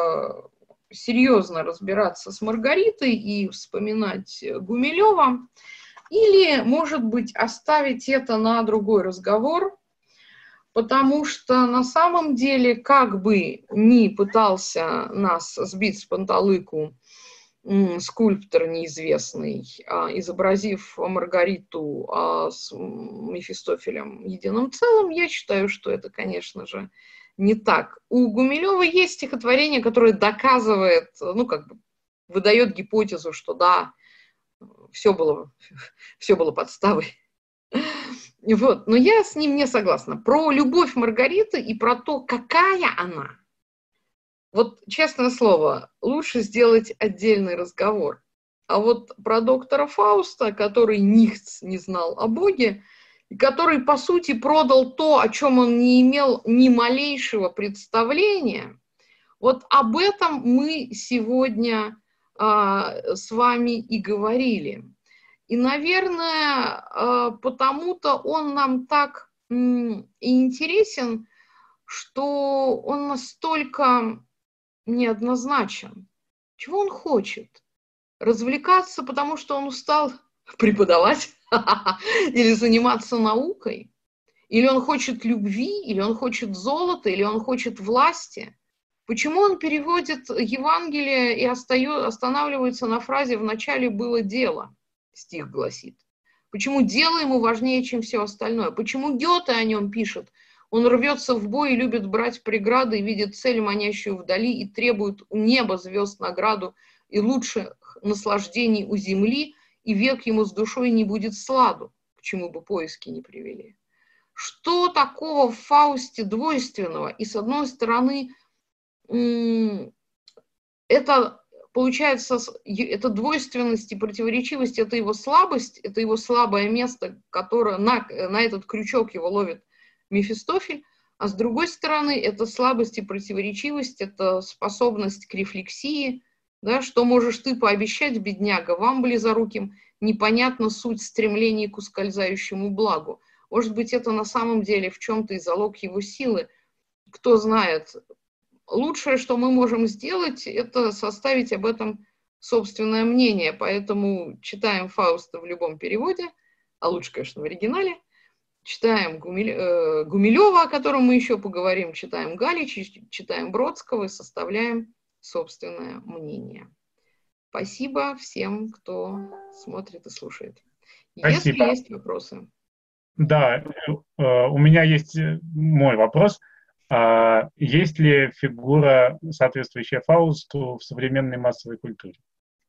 [SPEAKER 2] серьезно разбираться с Маргаритой и вспоминать Гумилева, или, может быть, оставить это на другой разговор, потому что на самом деле, как бы ни пытался нас сбить с панталыку скульптор неизвестный, изобразив Маргариту с Мефистофелем единым целым, я считаю, что это, конечно же, не так. У Гумилева есть стихотворение, которое доказывает, выдает гипотезу, что да, все было подставой. Вот. Но я с ним не согласна. Про любовь Маргариты и про то, какая она. Вот, честное слово, лучше сделать отдельный разговор. А вот про доктора Фауста, который nicts не знал о Боге, и который, по сути, продал то, о чем он не имел ни малейшего представления, вот об этом мы сегодня с вами и говорили. И, наверное, потому-то он нам так интересен, что он настолько неоднозначен. Чего он хочет? Развлекаться, потому что он устал преподавать или заниматься наукой? Или он хочет любви, или он хочет золота, или он хочет власти? Почему он переводит Евангелие и останавливается на фразе «в начале было дело», стих гласит? Почему дело ему важнее, чем все остальное? Почему Гёте о нем пишет? Он рвется в бой и любит брать преграды, и видит цель, манящую вдали, и требует у неба звезд награду и лучших наслаждений у земли, и век ему с душой не будет сладу, к чему бы поиски не привели. Что такого в Фаусте двойственного? И с одной стороны, это получается, это двойственность и противоречивость, это его слабость, это его слабое место, которое на этот крючок его ловит Мефистофель, а с другой стороны, это слабость и противоречивость, это способность к рефлексии, да, что можешь ты пообещать, бедняга, вам, близоруким, непонятна суть стремлений к ускользающему благу. Может быть, это на самом деле в чем-то и залог его силы, кто знает. Лучшее, что мы можем сделать, это составить об этом собственное мнение, поэтому читаем Фауста в любом переводе, а лучше, конечно, в оригинале. Читаем Гумилева, о котором мы еще поговорим, читаем Галича, читаем Бродского и составляем собственное мнение. Спасибо всем, кто смотрит и слушает.
[SPEAKER 3] Спасибо.
[SPEAKER 2] Если есть вопросы.
[SPEAKER 3] Да, у меня есть мой вопрос. Есть ли фигура, соответствующая Фаусту, в современной массовой культуре?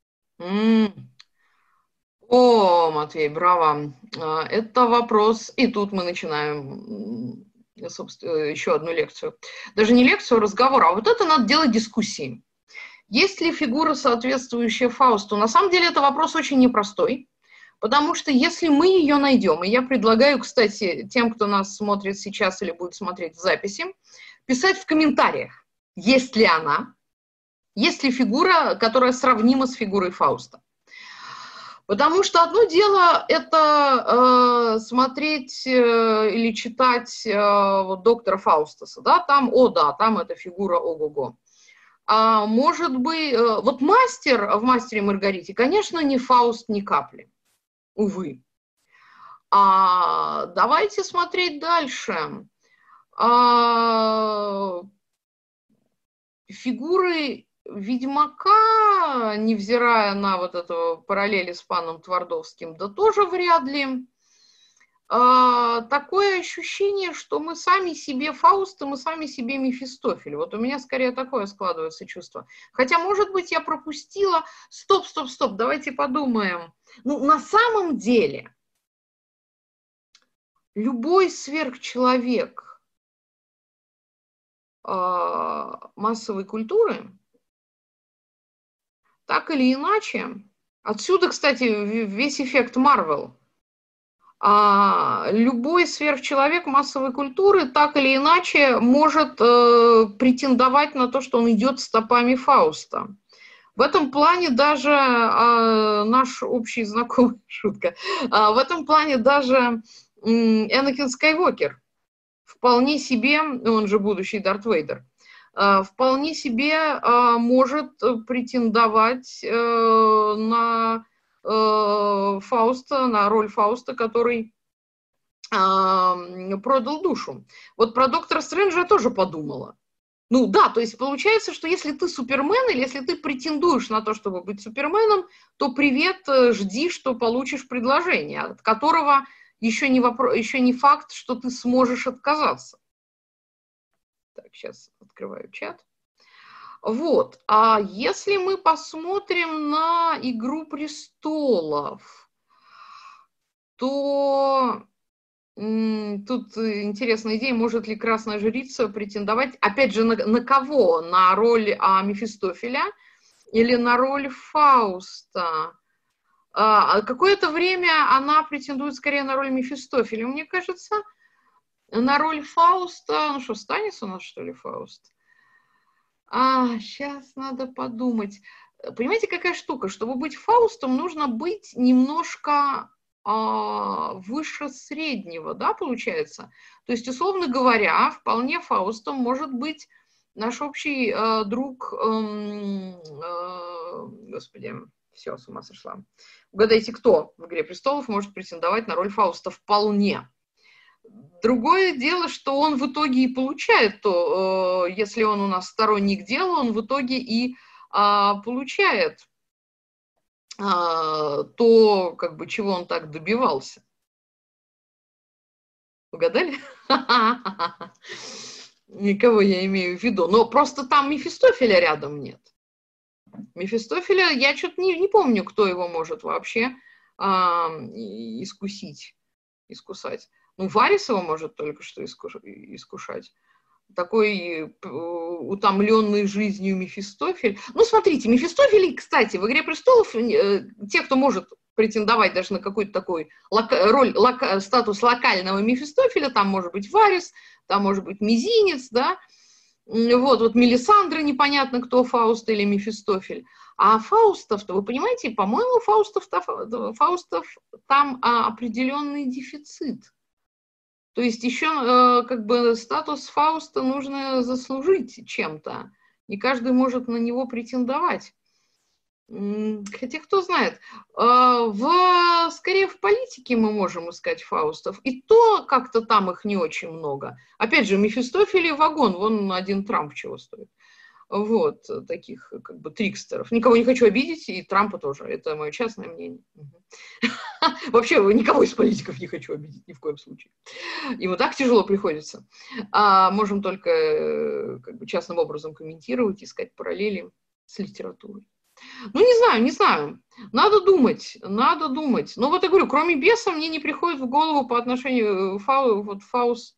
[SPEAKER 2] О, Матвей, браво. Это вопрос. И тут мы начинаем, собственно, еще одну лекцию. Даже не лекцию, а разговор. А вот это надо делать дискуссии. Есть ли фигура, соответствующая Фаусту? На самом деле это вопрос очень непростой. Потому что если мы ее найдем, и я предлагаю, кстати, тем, кто нас смотрит сейчас или будет смотреть в записи, писать в комментариях, есть ли она, есть ли фигура, которая сравнима с фигурой Фауста. Потому что одно дело это смотреть или читать доктора Фаустаса, да, там, там эта фигура ого-го. А может быть, вот мастер в «Мастере и Маргарите», конечно, не Фауст ни капли, увы. Давайте смотреть дальше. Фигуры Ведьмака, невзирая на вот эту параллели с паном Твардовским, да тоже вряд ли. такое ощущение, что мы сами себе Фауст, и мы сами себе Мефистофель. Вот у меня скорее такое складывается чувство. Хотя, может быть, я пропустила... Стоп, давайте подумаем. Ну, на самом деле, любой сверхчеловек массовой культуры, так или иначе, отсюда, кстати, весь эффект Марвел. Любой сверхчеловек массовой культуры так или иначе может претендовать на то, что он идет стопами Фауста. В этом плане даже наш общий знакомый, шутка, в этом плане даже Энакин Скайуокер вполне себе, он же будущий Дарт Вейдер, вполне себе может претендовать на Фауста, на роль Фауста, который продал душу. Вот про Доктора Стрэнджа я тоже подумала. Ну да, то есть получается, что если ты Супермен, или если ты претендуешь на то, чтобы быть Суперменом, то привет, жди, что получишь предложение, от которого еще не факт, что ты сможешь отказаться. Так, сейчас открываю чат. Вот, а если мы посмотрим на «Игру престолов», то тут интересная идея, может ли Красная Жрица претендовать, опять же, на кого? На роль Мефистофеля или на роль Фауста? Какое-то время она претендует скорее на роль Мефистофеля, мне кажется. На роль Фауста, ну что, Станис у нас, что ли, Фауст? Сейчас надо подумать. Понимаете, какая штука? Чтобы быть Фаустом, нужно быть немножко выше среднего, да, получается? То есть, условно говоря, вполне Фаустом может быть наш общий друг, господи, все, с ума сошла. Угадайте, кто в «Игре престолов» может претендовать на роль Фауста вполне. Другое дело, что он в итоге и получает то, если он у нас сторонник дела, он в итоге и получает то, как бы, чего он так добивался. Угадали? Никого я имею в виду. Но просто там Мефистофеля рядом нет. Мефистофеля, я что-то не помню, кто его может вообще искусать. Ну, Варис его может только что искушать. Такой утомленный жизнью Мефистофель. Ну, смотрите, Мефистофель, кстати, в «Игре престолов» те, кто может претендовать даже на какой-то такой статус локального Мефистофеля, там может быть Варис, там может быть Мизинец, да, вот Мелисандра, непонятно, кто Фауст или Мефистофель. А Фаустов-то, вы понимаете, по-моему, Фаустов там определенный дефицит. То есть еще как бы статус Фауста нужно заслужить чем-то. Не каждый может на него претендовать. Хотя кто знает. Скорее в политике мы можем искать Фаустов. И то как-то там их не очень много. Опять же, Мефистофель вагон. Вон один Трамп чего стоит. Вот, таких как бы трикстеров. Никого не хочу обидеть, и Трампа тоже. Это мое частное мнение. Вообще, никого из политиков не хочу обидеть, ни в коем случае. Ему так тяжело приходится. Можем только как бы частным образом комментировать, искать параллели с литературой. Ну, не знаю. Надо думать. Но вот я говорю, кроме беса, мне не приходит в голову по отношению Фауст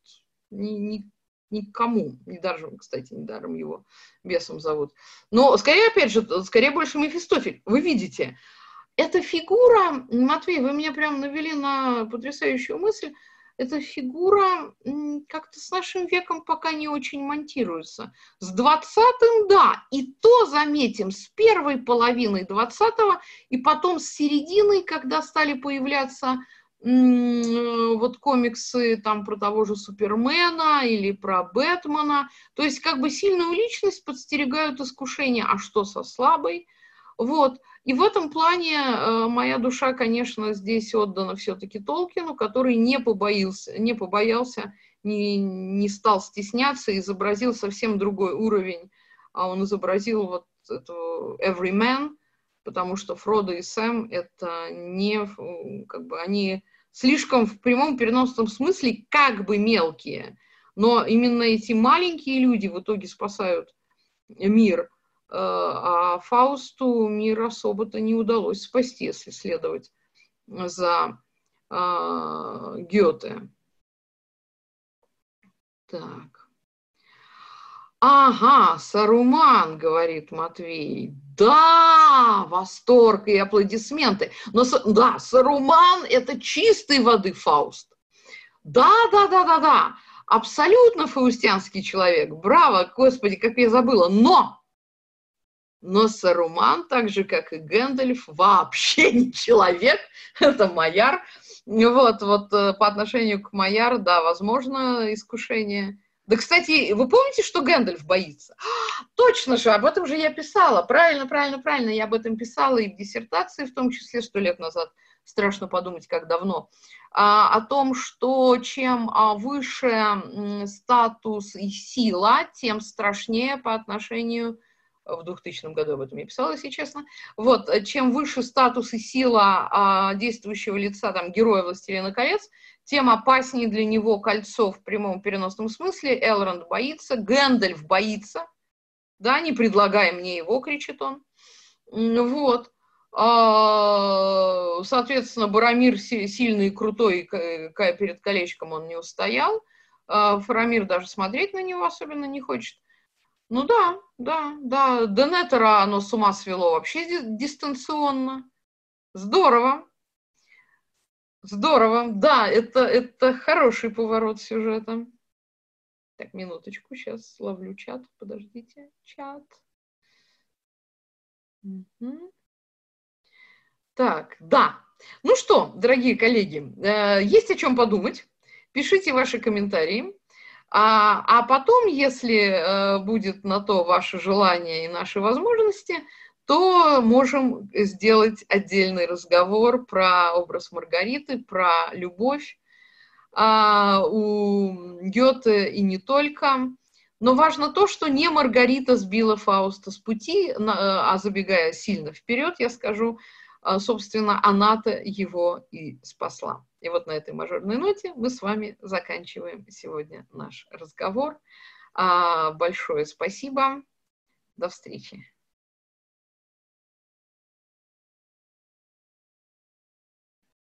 [SPEAKER 2] никому. Кстати, недаром его бесом зовут. Но скорее, опять же, больше Мефистофель. Вы видите, эта фигура, Матвей, вы меня прям навели на потрясающую мысль, эта фигура как-то с нашим веком пока не очень монтируется. С 20-м, да, и то, заметим, с первой половиной 20-го, и потом с середины, когда стали появляться вот комиксы там про того же Супермена или про Бэтмена. То есть как бы сильную личность подстерегают искушения, а что со слабой? Вот. И в этом плане моя душа, конечно, здесь отдана все-таки Толкину, который не побоялся, не стал стесняться, изобразил совсем другой уровень. Он изобразил вот эту Everyman, потому что Фродо и Сэм это не, как бы, они слишком в прямом переносном смысле как бы мелкие, но именно эти маленькие люди в итоге спасают мир, а Фаусту мир особо-то не удалось спасти, если следовать за Гёте. Так. Ага, Саруман, говорит Матвей. Да, восторг и аплодисменты. Но да, Саруман – это чистой воды Фауст. Да. Абсолютно фаустианский человек. Браво, господи, как я забыла. Но Саруман, так же, как и Гэндальф, вообще не человек. Это Маяр. Вот по отношению к Маяр, да, возможно, искушение. Да, кстати, вы помните, что Гэндальф боится? Точно же, об этом же я писала. Правильно, я об этом писала и в диссертации, в том числе 100 лет назад. Страшно подумать, как давно. О том, что чем выше статус и сила, тем страшнее по отношению... В 2000 году об этом я писала, если честно. Вот, чем выше статус и сила действующего лица, там, героя «Властелина колец», тем опаснее для него кольцо в прямом переносном смысле. Элронд боится, Гэндальф боится. Да, не предлагай мне его, кричит он. Вот. Соответственно, Боромир сильный и крутой, перед колечком он не устоял. Фарамир даже смотреть на него особенно не хочет. Ну да. Денетера оно с ума свело вообще дистанционно. Здорово. Да, это хороший поворот сюжета. Так, минуточку, сейчас ловлю чат. Подождите, чат. Угу. Так, да. Ну что, дорогие коллеги, есть о чем подумать. Пишите ваши комментарии. А потом, если будет на то ваше желание и наши возможности, то можем сделать отдельный разговор про образ Маргариты, про любовь у Гёте и не только. Но важно то, что не Маргарита сбила Фауста с пути, а забегая сильно вперед, я скажу, собственно, она-то его и спасла. И вот на этой мажорной ноте мы с вами заканчиваем сегодня наш разговор. Большое спасибо. До встречи.